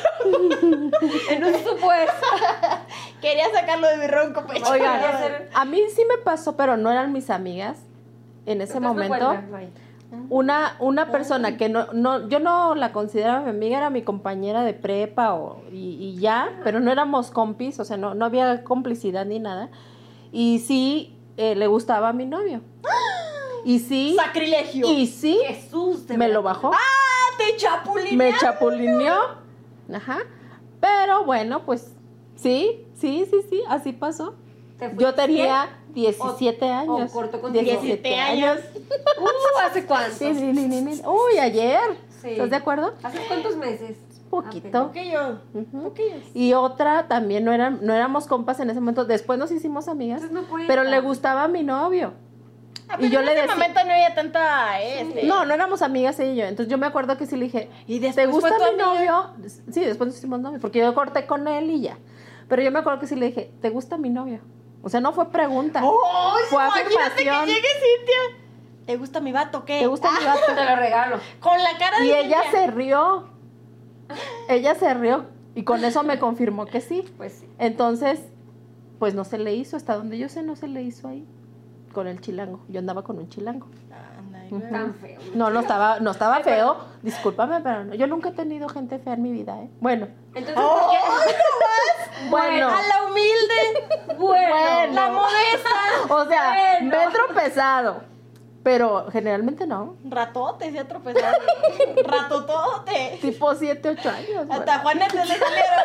en un supuesto. quería sacarlo de mi ronco pecho. Oigan, Quería hacer- a mí sí me pasó, pero no eran mis amigas en ese Entonces, momento. cuenta, May. Una, una persona que no, no, yo no la consideraba mi amiga, era mi compañera de prepa o, y, y ya, pero no éramos compis, o sea, no, no había complicidad ni nada. Y sí, eh, le gustaba a mi novio. Y sí, Sacrilegio. y sí, Jesús de me verdad. lo bajó. ¡Ah, te chapulineaste! Me chapulineó. Ajá. Pero bueno, pues sí, sí, sí, sí, así pasó. ¿Te fuiste? Yo tenía diecisiete o años. cortó con diecisiete años. Uh, ¿hace cuánto? Sí, sí, sí, sí, sí. Uy, ayer. Sí. ¿Estás de acuerdo? ¿Hace cuántos meses? Poquito. Poquillo. Ujú. Poquillos. Y otra también no eran, no éramos compas en ese momento. Después nos hicimos amigas. Entonces no cuenta. Pero le gustaba a mi novio. Ah, Y pero yo en le ese decía- momento no había tanta, este... No, no éramos amigas ella y yo. Entonces yo me acuerdo que sí le dije, Y ¿te después gusta fue tu mi amiga. novio? Sí, después nos hicimos novios. Porque yo corté con él y ya. Pero yo me acuerdo que sí le dije, ¿te gusta mi novio? O sea, no fue pregunta. ¡Ay, Fue imagínate afirmación. que llegue Cintia! ¿Te gusta mi vato qué? ¿Te gusta mi Ah, gato? Te lo regalo. Con la cara de Y ella Cintia. se rió. Ella se rió. Y con eso me confirmó que sí. Pues sí. Entonces, pues no se le hizo. Hasta donde yo sé, no se le hizo ahí. Con el chilango. Yo andaba con un chilango. Anda, Ujú. Tan feo. No, no estaba, no estaba feo. Discúlpame, pero no. Yo nunca he tenido gente fea en mi vida, ¿eh? Bueno. Entonces, ¿por qué? Bueno. A la humilde. Bueno. La modesta. O sea, Bueno. metro pesado. Pero generalmente no. Ratote se ha tropezado. Ratotote. Tipo siete, ocho años. Hasta bueno. Juanetes le salieron.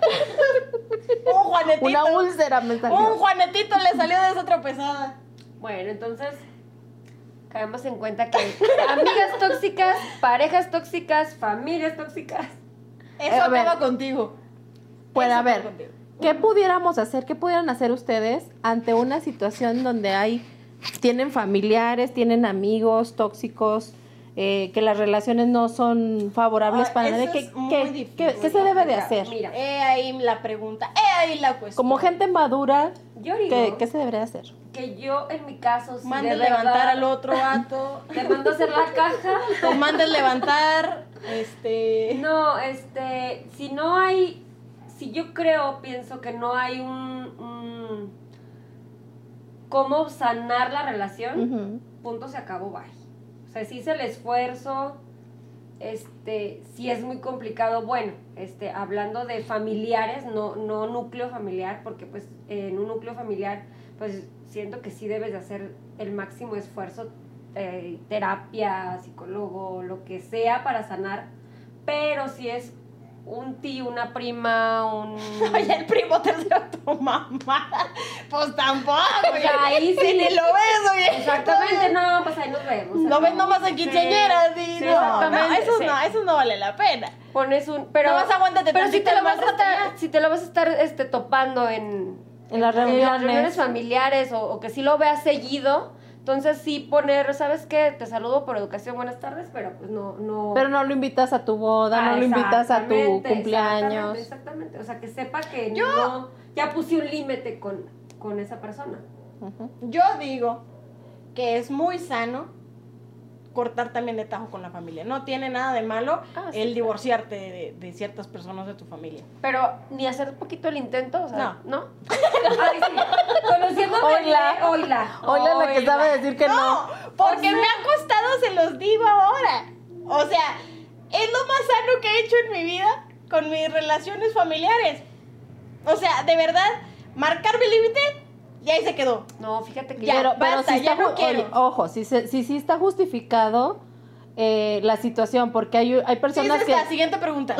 Un Juanetito. Una úlcera me salió. Un Juanetito le salió de esa tropezada. Bueno, entonces caemos en cuenta que amigas tóxicas, parejas tóxicas, familias tóxicas. Eso Eh, a ver. acaba contigo. Pues Eso a acaba ver, contigo. ¿qué pudiéramos hacer? ¿Qué pudieran hacer ustedes ante una situación donde hay, tienen familiares, tienen amigos tóxicos, eh, que las relaciones no son favorables Ah, para eso nadie? ¿Qué, es muy qué- difícil. qué- qué se debe de Mira, hacer? Mira, He ahí la pregunta. He ahí la cuestión. Como gente madura, yo digo ¿qué, qué se debería de hacer? que yo en mi caso si Mandes de levantar verdad al otro vato. le mando a hacer la caja. O mandes levantar. Este. No, este, si no hay, si yo creo, pienso que no hay un, un cómo sanar la relación, Ujú. punto, se acabó, bye. O sea, si hice el esfuerzo, este, si es muy complicado, bueno, este, hablando de familiares, no, no núcleo familiar, porque pues en un núcleo familiar, pues siento que sí debes de hacer el máximo esfuerzo, eh, terapia, psicólogo, lo que sea para sanar, pero si es un tío, una prima, un... Oye, el primo tercero tu mamá. Pues tampoco. Pues ahí sí. Y ni lo ves, oye. Exactamente, no, pues ahí nos vemos. Lo ves nomás en quinceañeras, Sí, y sí, no, exactamente, no, eso sí. no, eso no vale la pena. Pones un, pero Nomás aguántate pero si tantito te lo más vas a hasta estar, allá. si te lo vas a estar este topando en, En las en las reuniones. reuniones familiares o, o que sí lo veas seguido, entonces sí poner, ¿sabes qué? Te saludo por educación, buenas tardes, pero pues no no Pero no lo invitas a tu boda, Ah, no lo invitas a tu exactamente, cumpleaños. Exactamente, exactamente, o sea, que sepa que no ya puse un límite con con esa persona. Ujú. Yo digo que es muy sano cortar también de tajo con la familia. No tiene nada de malo Ah, sí, el claro. divorciarte de, de ciertas personas de tu familia. Pero ni hacer un poquito el intento, o sea, ¿no? No. Ay, sí. Conociéndome Oila. bien, oila. Oiga la que Oila. sabe decir que no. Porque O sea- me ha costado, se los digo ahora. O sea, es lo más sano que he hecho en mi vida con mis relaciones familiares. O sea, de verdad, marcar mi límite y ahí se quedó. No, fíjate que Ya, pero, pero basta, sí ya está, no ju- quiero. oye, ojo, si sí si, si está justificado eh, la situación, porque hay, hay Sí, personas es que... esta, siguiente pregunta.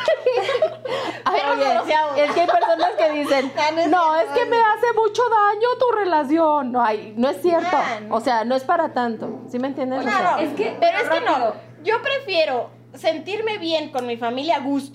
Ay, perros oye, divorciados. es que hay personas que dicen, Ah, no es no, cierto, es que no me es hace mucho daño tu relación. No, ay, no es cierto. Ah, no. O sea, no es para tanto. ¿Sí me entiendes? O No, sea, no, es que- pero es que no. rápido. Yo prefiero sentirme bien con mi familia a gusto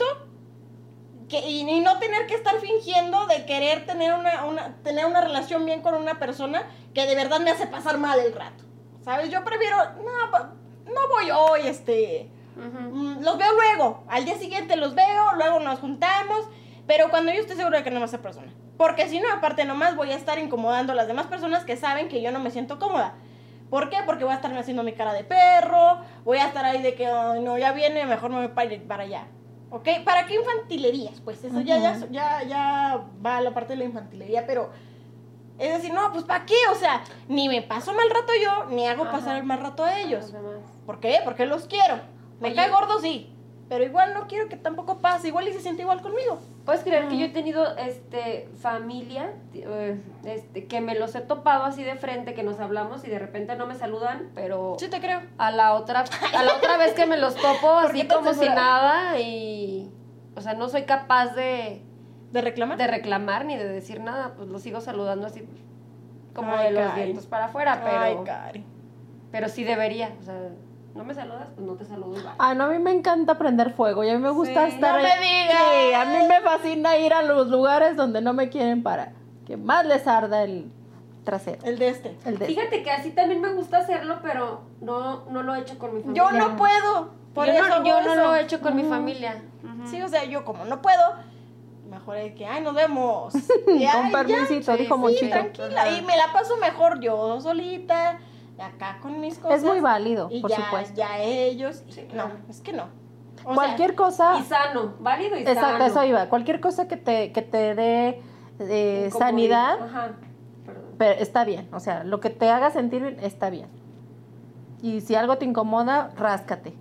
que, y, y no tener que estar fingiendo de querer tener una, una, tener una relación bien con una persona que de verdad me hace pasar mal el rato. ¿Sabes? Yo prefiero, no, pa- no voy hoy, este, Ujú. mm, los veo luego. Al día siguiente los veo, luego nos juntamos, pero cuando yo esté segura de que no va a ser persona. Porque si no, aparte nomás voy a estar incomodando a las demás personas que saben que yo no me siento cómoda. ¿Por qué? Porque voy a estarme haciendo mi cara de perro, voy a estar ahí de que, "Ay, no, ya viene, mejor me voy para, para allá". ¿Ok? ¿Para qué infantilerías? Pues eso ya, ya, ya, ya va a la parte de la infantilería, pero es decir, no, pues ¿para qué? O sea, ni me paso mal rato yo, ni hago Ajá. pasar el mal rato a ellos. Los demás. ¿Por qué? Porque los quiero. Me Oye. cae gordo, sí. Pero igual no quiero que tampoco pase. Igual y se siente igual conmigo. ¿Puedes creer que yo he tenido este familia eh, este, que me los he topado así de frente, que nos hablamos y de repente no me saludan, pero Sí te creo. a la otra a la otra vez que me los topo ¿Por qué así tan como si segura? nada y o sea, no soy capaz de, ¿De reclamar? de reclamar ni de decir nada, pues los sigo saludando así como Ay, de los Cari. dientes para afuera, pero Ay, Cari. pero sí debería, o sea, no me saludas, pues no te saludo igual. ah, no, a mí me encanta prender fuego y a mí me gusta Sí. estar ¡No me ahí. digas! Sí, a mí me fascina ir a los lugares donde no me quieren para que más les arda el trasero. El de este. El de Fíjate que así también me gusta hacerlo, pero no, no lo he hecho con mi familia. Yo no puedo. Por yo eso no, yo hago no eso. lo he hecho con mi familia. Ujú. Sí, o sea, yo como no puedo, mejor es que, ay, nos vemos. Y, Con ay, permisito, Sí, dijo sí, Monchito. Sí, tranquila. Ajá. Y me la paso mejor yo solita, acá con mis cosas. Es muy válido, y por ya, supuesto. ya ellos. Sí, No, claro. es que no. O Cualquier sea, cosa. Y sano, válido y sano. Exacto, eso iba. Cualquier cosa que te, que te dé eh, Incomodidad. sanidad, Ajá, perdón. pero está bien. O sea, lo que te haga sentir bien, está bien. Y si algo te incomoda, ráscate.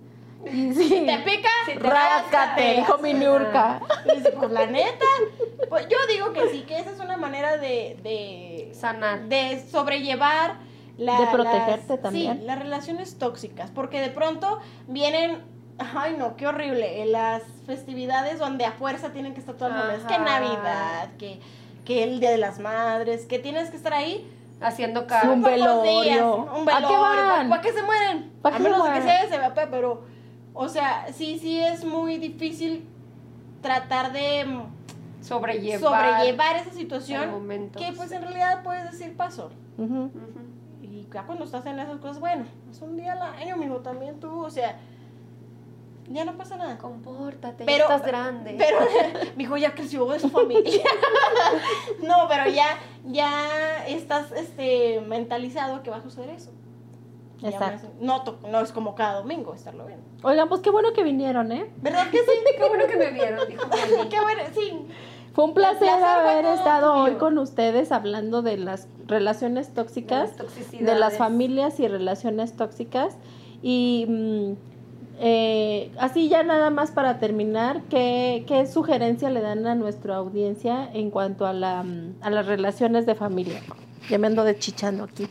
Y sí, Si te pica, ráscate, dijo mi Niurka. Dice, pues la neta, pues yo digo que sí, que esa es una manera de, de Sanar. de sobrellevar la, De protegerte las, también. Sí, las relaciones tóxicas, porque de pronto vienen, ay no, qué horrible, en las festividades donde a fuerza tienen que estar todas las mamás, que Ajá. Navidad, que, que el Día de las Madres, que tienes que estar ahí. Haciendo Un caro. Pocos días, velorio. un ¿A qué velorio. van? ¿Para qué se mueren? ¿Pa' A qué menos se de que mueren? sea ese papá, pero, o sea, sí, sí es muy difícil tratar de mm, Sobrellevar. sobrellevar esa el situación momento, que pues sí. en realidad puedes decir pasó. Ujú. Ujú. Y ya cuando estás en esas cosas, bueno, es un día al año, mijo, también tú, o sea, ya no pasa nada. Compórtate, Pero- ya estás grande. Pero, mi hijo ya creció de su familia. No, pero ya, ya estás este, mentalizado que va a suceder eso. Ya Exacto. No, to- no es como cada domingo estarlo viendo. Oigan, pues qué bueno que vinieron, ¿eh? ¿Verdad que sí? Qué bueno que me vieron, dijo Meli. Qué bueno, sí. Fue un placer, placer fue haber todo estado tuyo. hoy con ustedes hablando de las relaciones tóxicas, De las toxicidades. de las familias y relaciones tóxicas. Y mm, eh, así ya nada más para terminar, ¿qué, qué sugerencia le dan a nuestra audiencia en cuanto a, la, mm, a las relaciones de familia? Ya me ando deschichando aquí.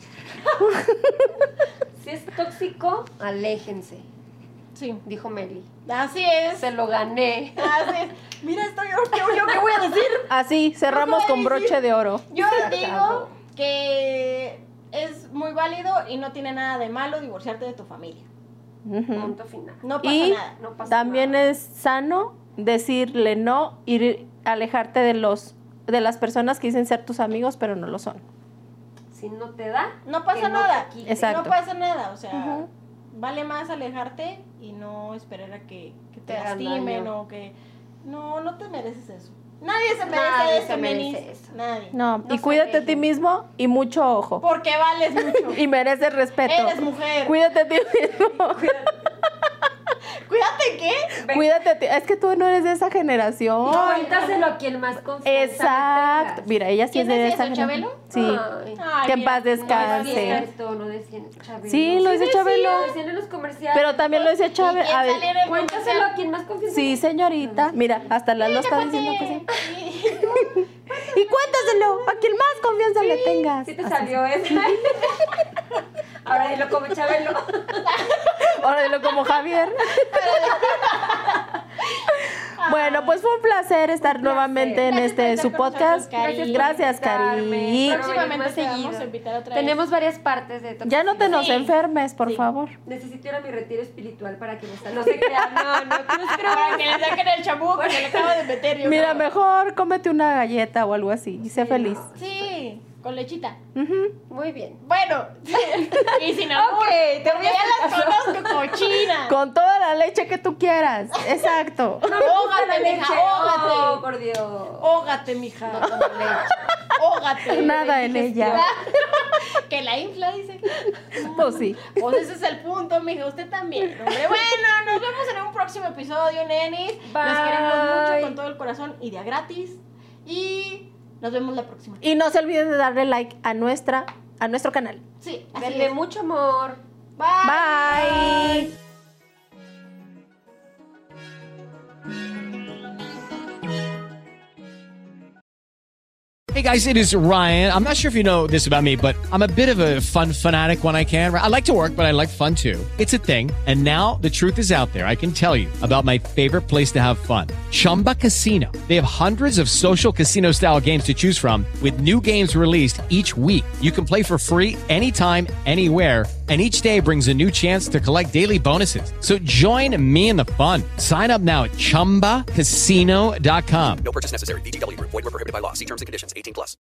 Si es tóxico, aléjense, Sí. dijo Meli. Así es. Se lo gané. Así es. Mira, esto yo, yo, yo ¿qué voy a decir? Así, cerramos No con puedo decir. broche de oro. Yo Se digo acabó. que es muy válido y no tiene nada de malo divorciarte de tu familia. Ujú. Punto final. No pasa Y nada. No pasa también nada. es sano decirle no, ir alejarte de los de las personas que dicen ser tus amigos, pero no lo son. Si no te da, No pasa que no te nada. quite. Exacto. No pasa nada, o sea, Ujú. vale más alejarte y no esperar a que, que te Te hagan lastimen daño. o que... No, no te mereces eso. Nadie se merece Nadie eso, se merece Menis. eso. Nadie. No, No y se cuídate a ti dejen. mismo y mucho ojo. Porque vales mucho. Y mereces respeto. Eres mujer. Cuídate a ti mismo. Cuídate, ¿qué? Cuídate a ti. Es que tú no eres de esa generación. Cuéntaselo a quien más confianza le Exacto. tengas. Mira, ella sí es ¿Quién de decía esa eso, generación. Chabelo? Sí. Ay, Ay, Que en mira, paz no es descanse. cierto, no decían Chabelo. Sí, lo dice decía, Chabelo. Lo decían en los comerciales. Pero también lo dice ¿Y Chávez. quién A ver, salió en el Cuéntaselo comercial? a quien más confianza sí, le- señorita. Mira, hasta Lalo está diciendo que sí. Sí. Y cuéntaselo a quien más confianza le tengas. Sí te Así. salió esa. Ahora dilo como Chabelo. Ahora dilo como Javier. Bueno, pues fue un placer estar nuevamente en Gracias por este estar su con podcast. nosotros, Cari. Gracias, Gracias por Cari. invitarme. Próximamente más te vamos seguido. a invitar otra vez. Tenemos varias partes de Ya no te nos Sí. enfermes, por Sí. favor. Necesito ir a mi retiro espiritual para que me salga. No se crean, no, no, Cruz Para que le saquen el chamuco que le acabo de meter yo. Mira, creo. mejor cómete una galleta o algo así y sé feliz. Sí, con lechita. Ujú. Muy bien. Bueno, y sin amor. Ok, te voy porque a ya las conozco cochinas. Con toda la leche que tú quieras. Exacto. Ógate, leche. mija, Oh, ógate. por Dios. Ógate, mija. No tomo leche. Ógate. Nada en ella. Que la infla, dice. Pues sí. Pues ese es el punto, mija. Usted también, hombre. Bueno, nos vemos en un próximo episodio, nenis. Los queremos mucho Bye. con todo el corazón y de a gratis. Y nos vemos la próxima. Y no se olviden de darle like a nuestra a nuestro canal. Sí, así Denle es. mucho amor. Bye. Bye. Hey guys, it is Ryan. I'm not sure if you know this about me, but I'm a bit of a fun fanatic when I can. I like to work, but I like fun too. It's a thing. And now the truth is out there. I can tell you about my favorite place to have fun. Chumba Casino. They have hundreds of social casino style games to choose from with new games released each week. You can play for free anytime, anywhere. And each day brings a new chance to collect daily bonuses. So join me in the fun. Sign up now at chumba casino dot com. No purchase necessary. V G W Group. Void where prohibited by law. See terms and conditions. eighteen plus.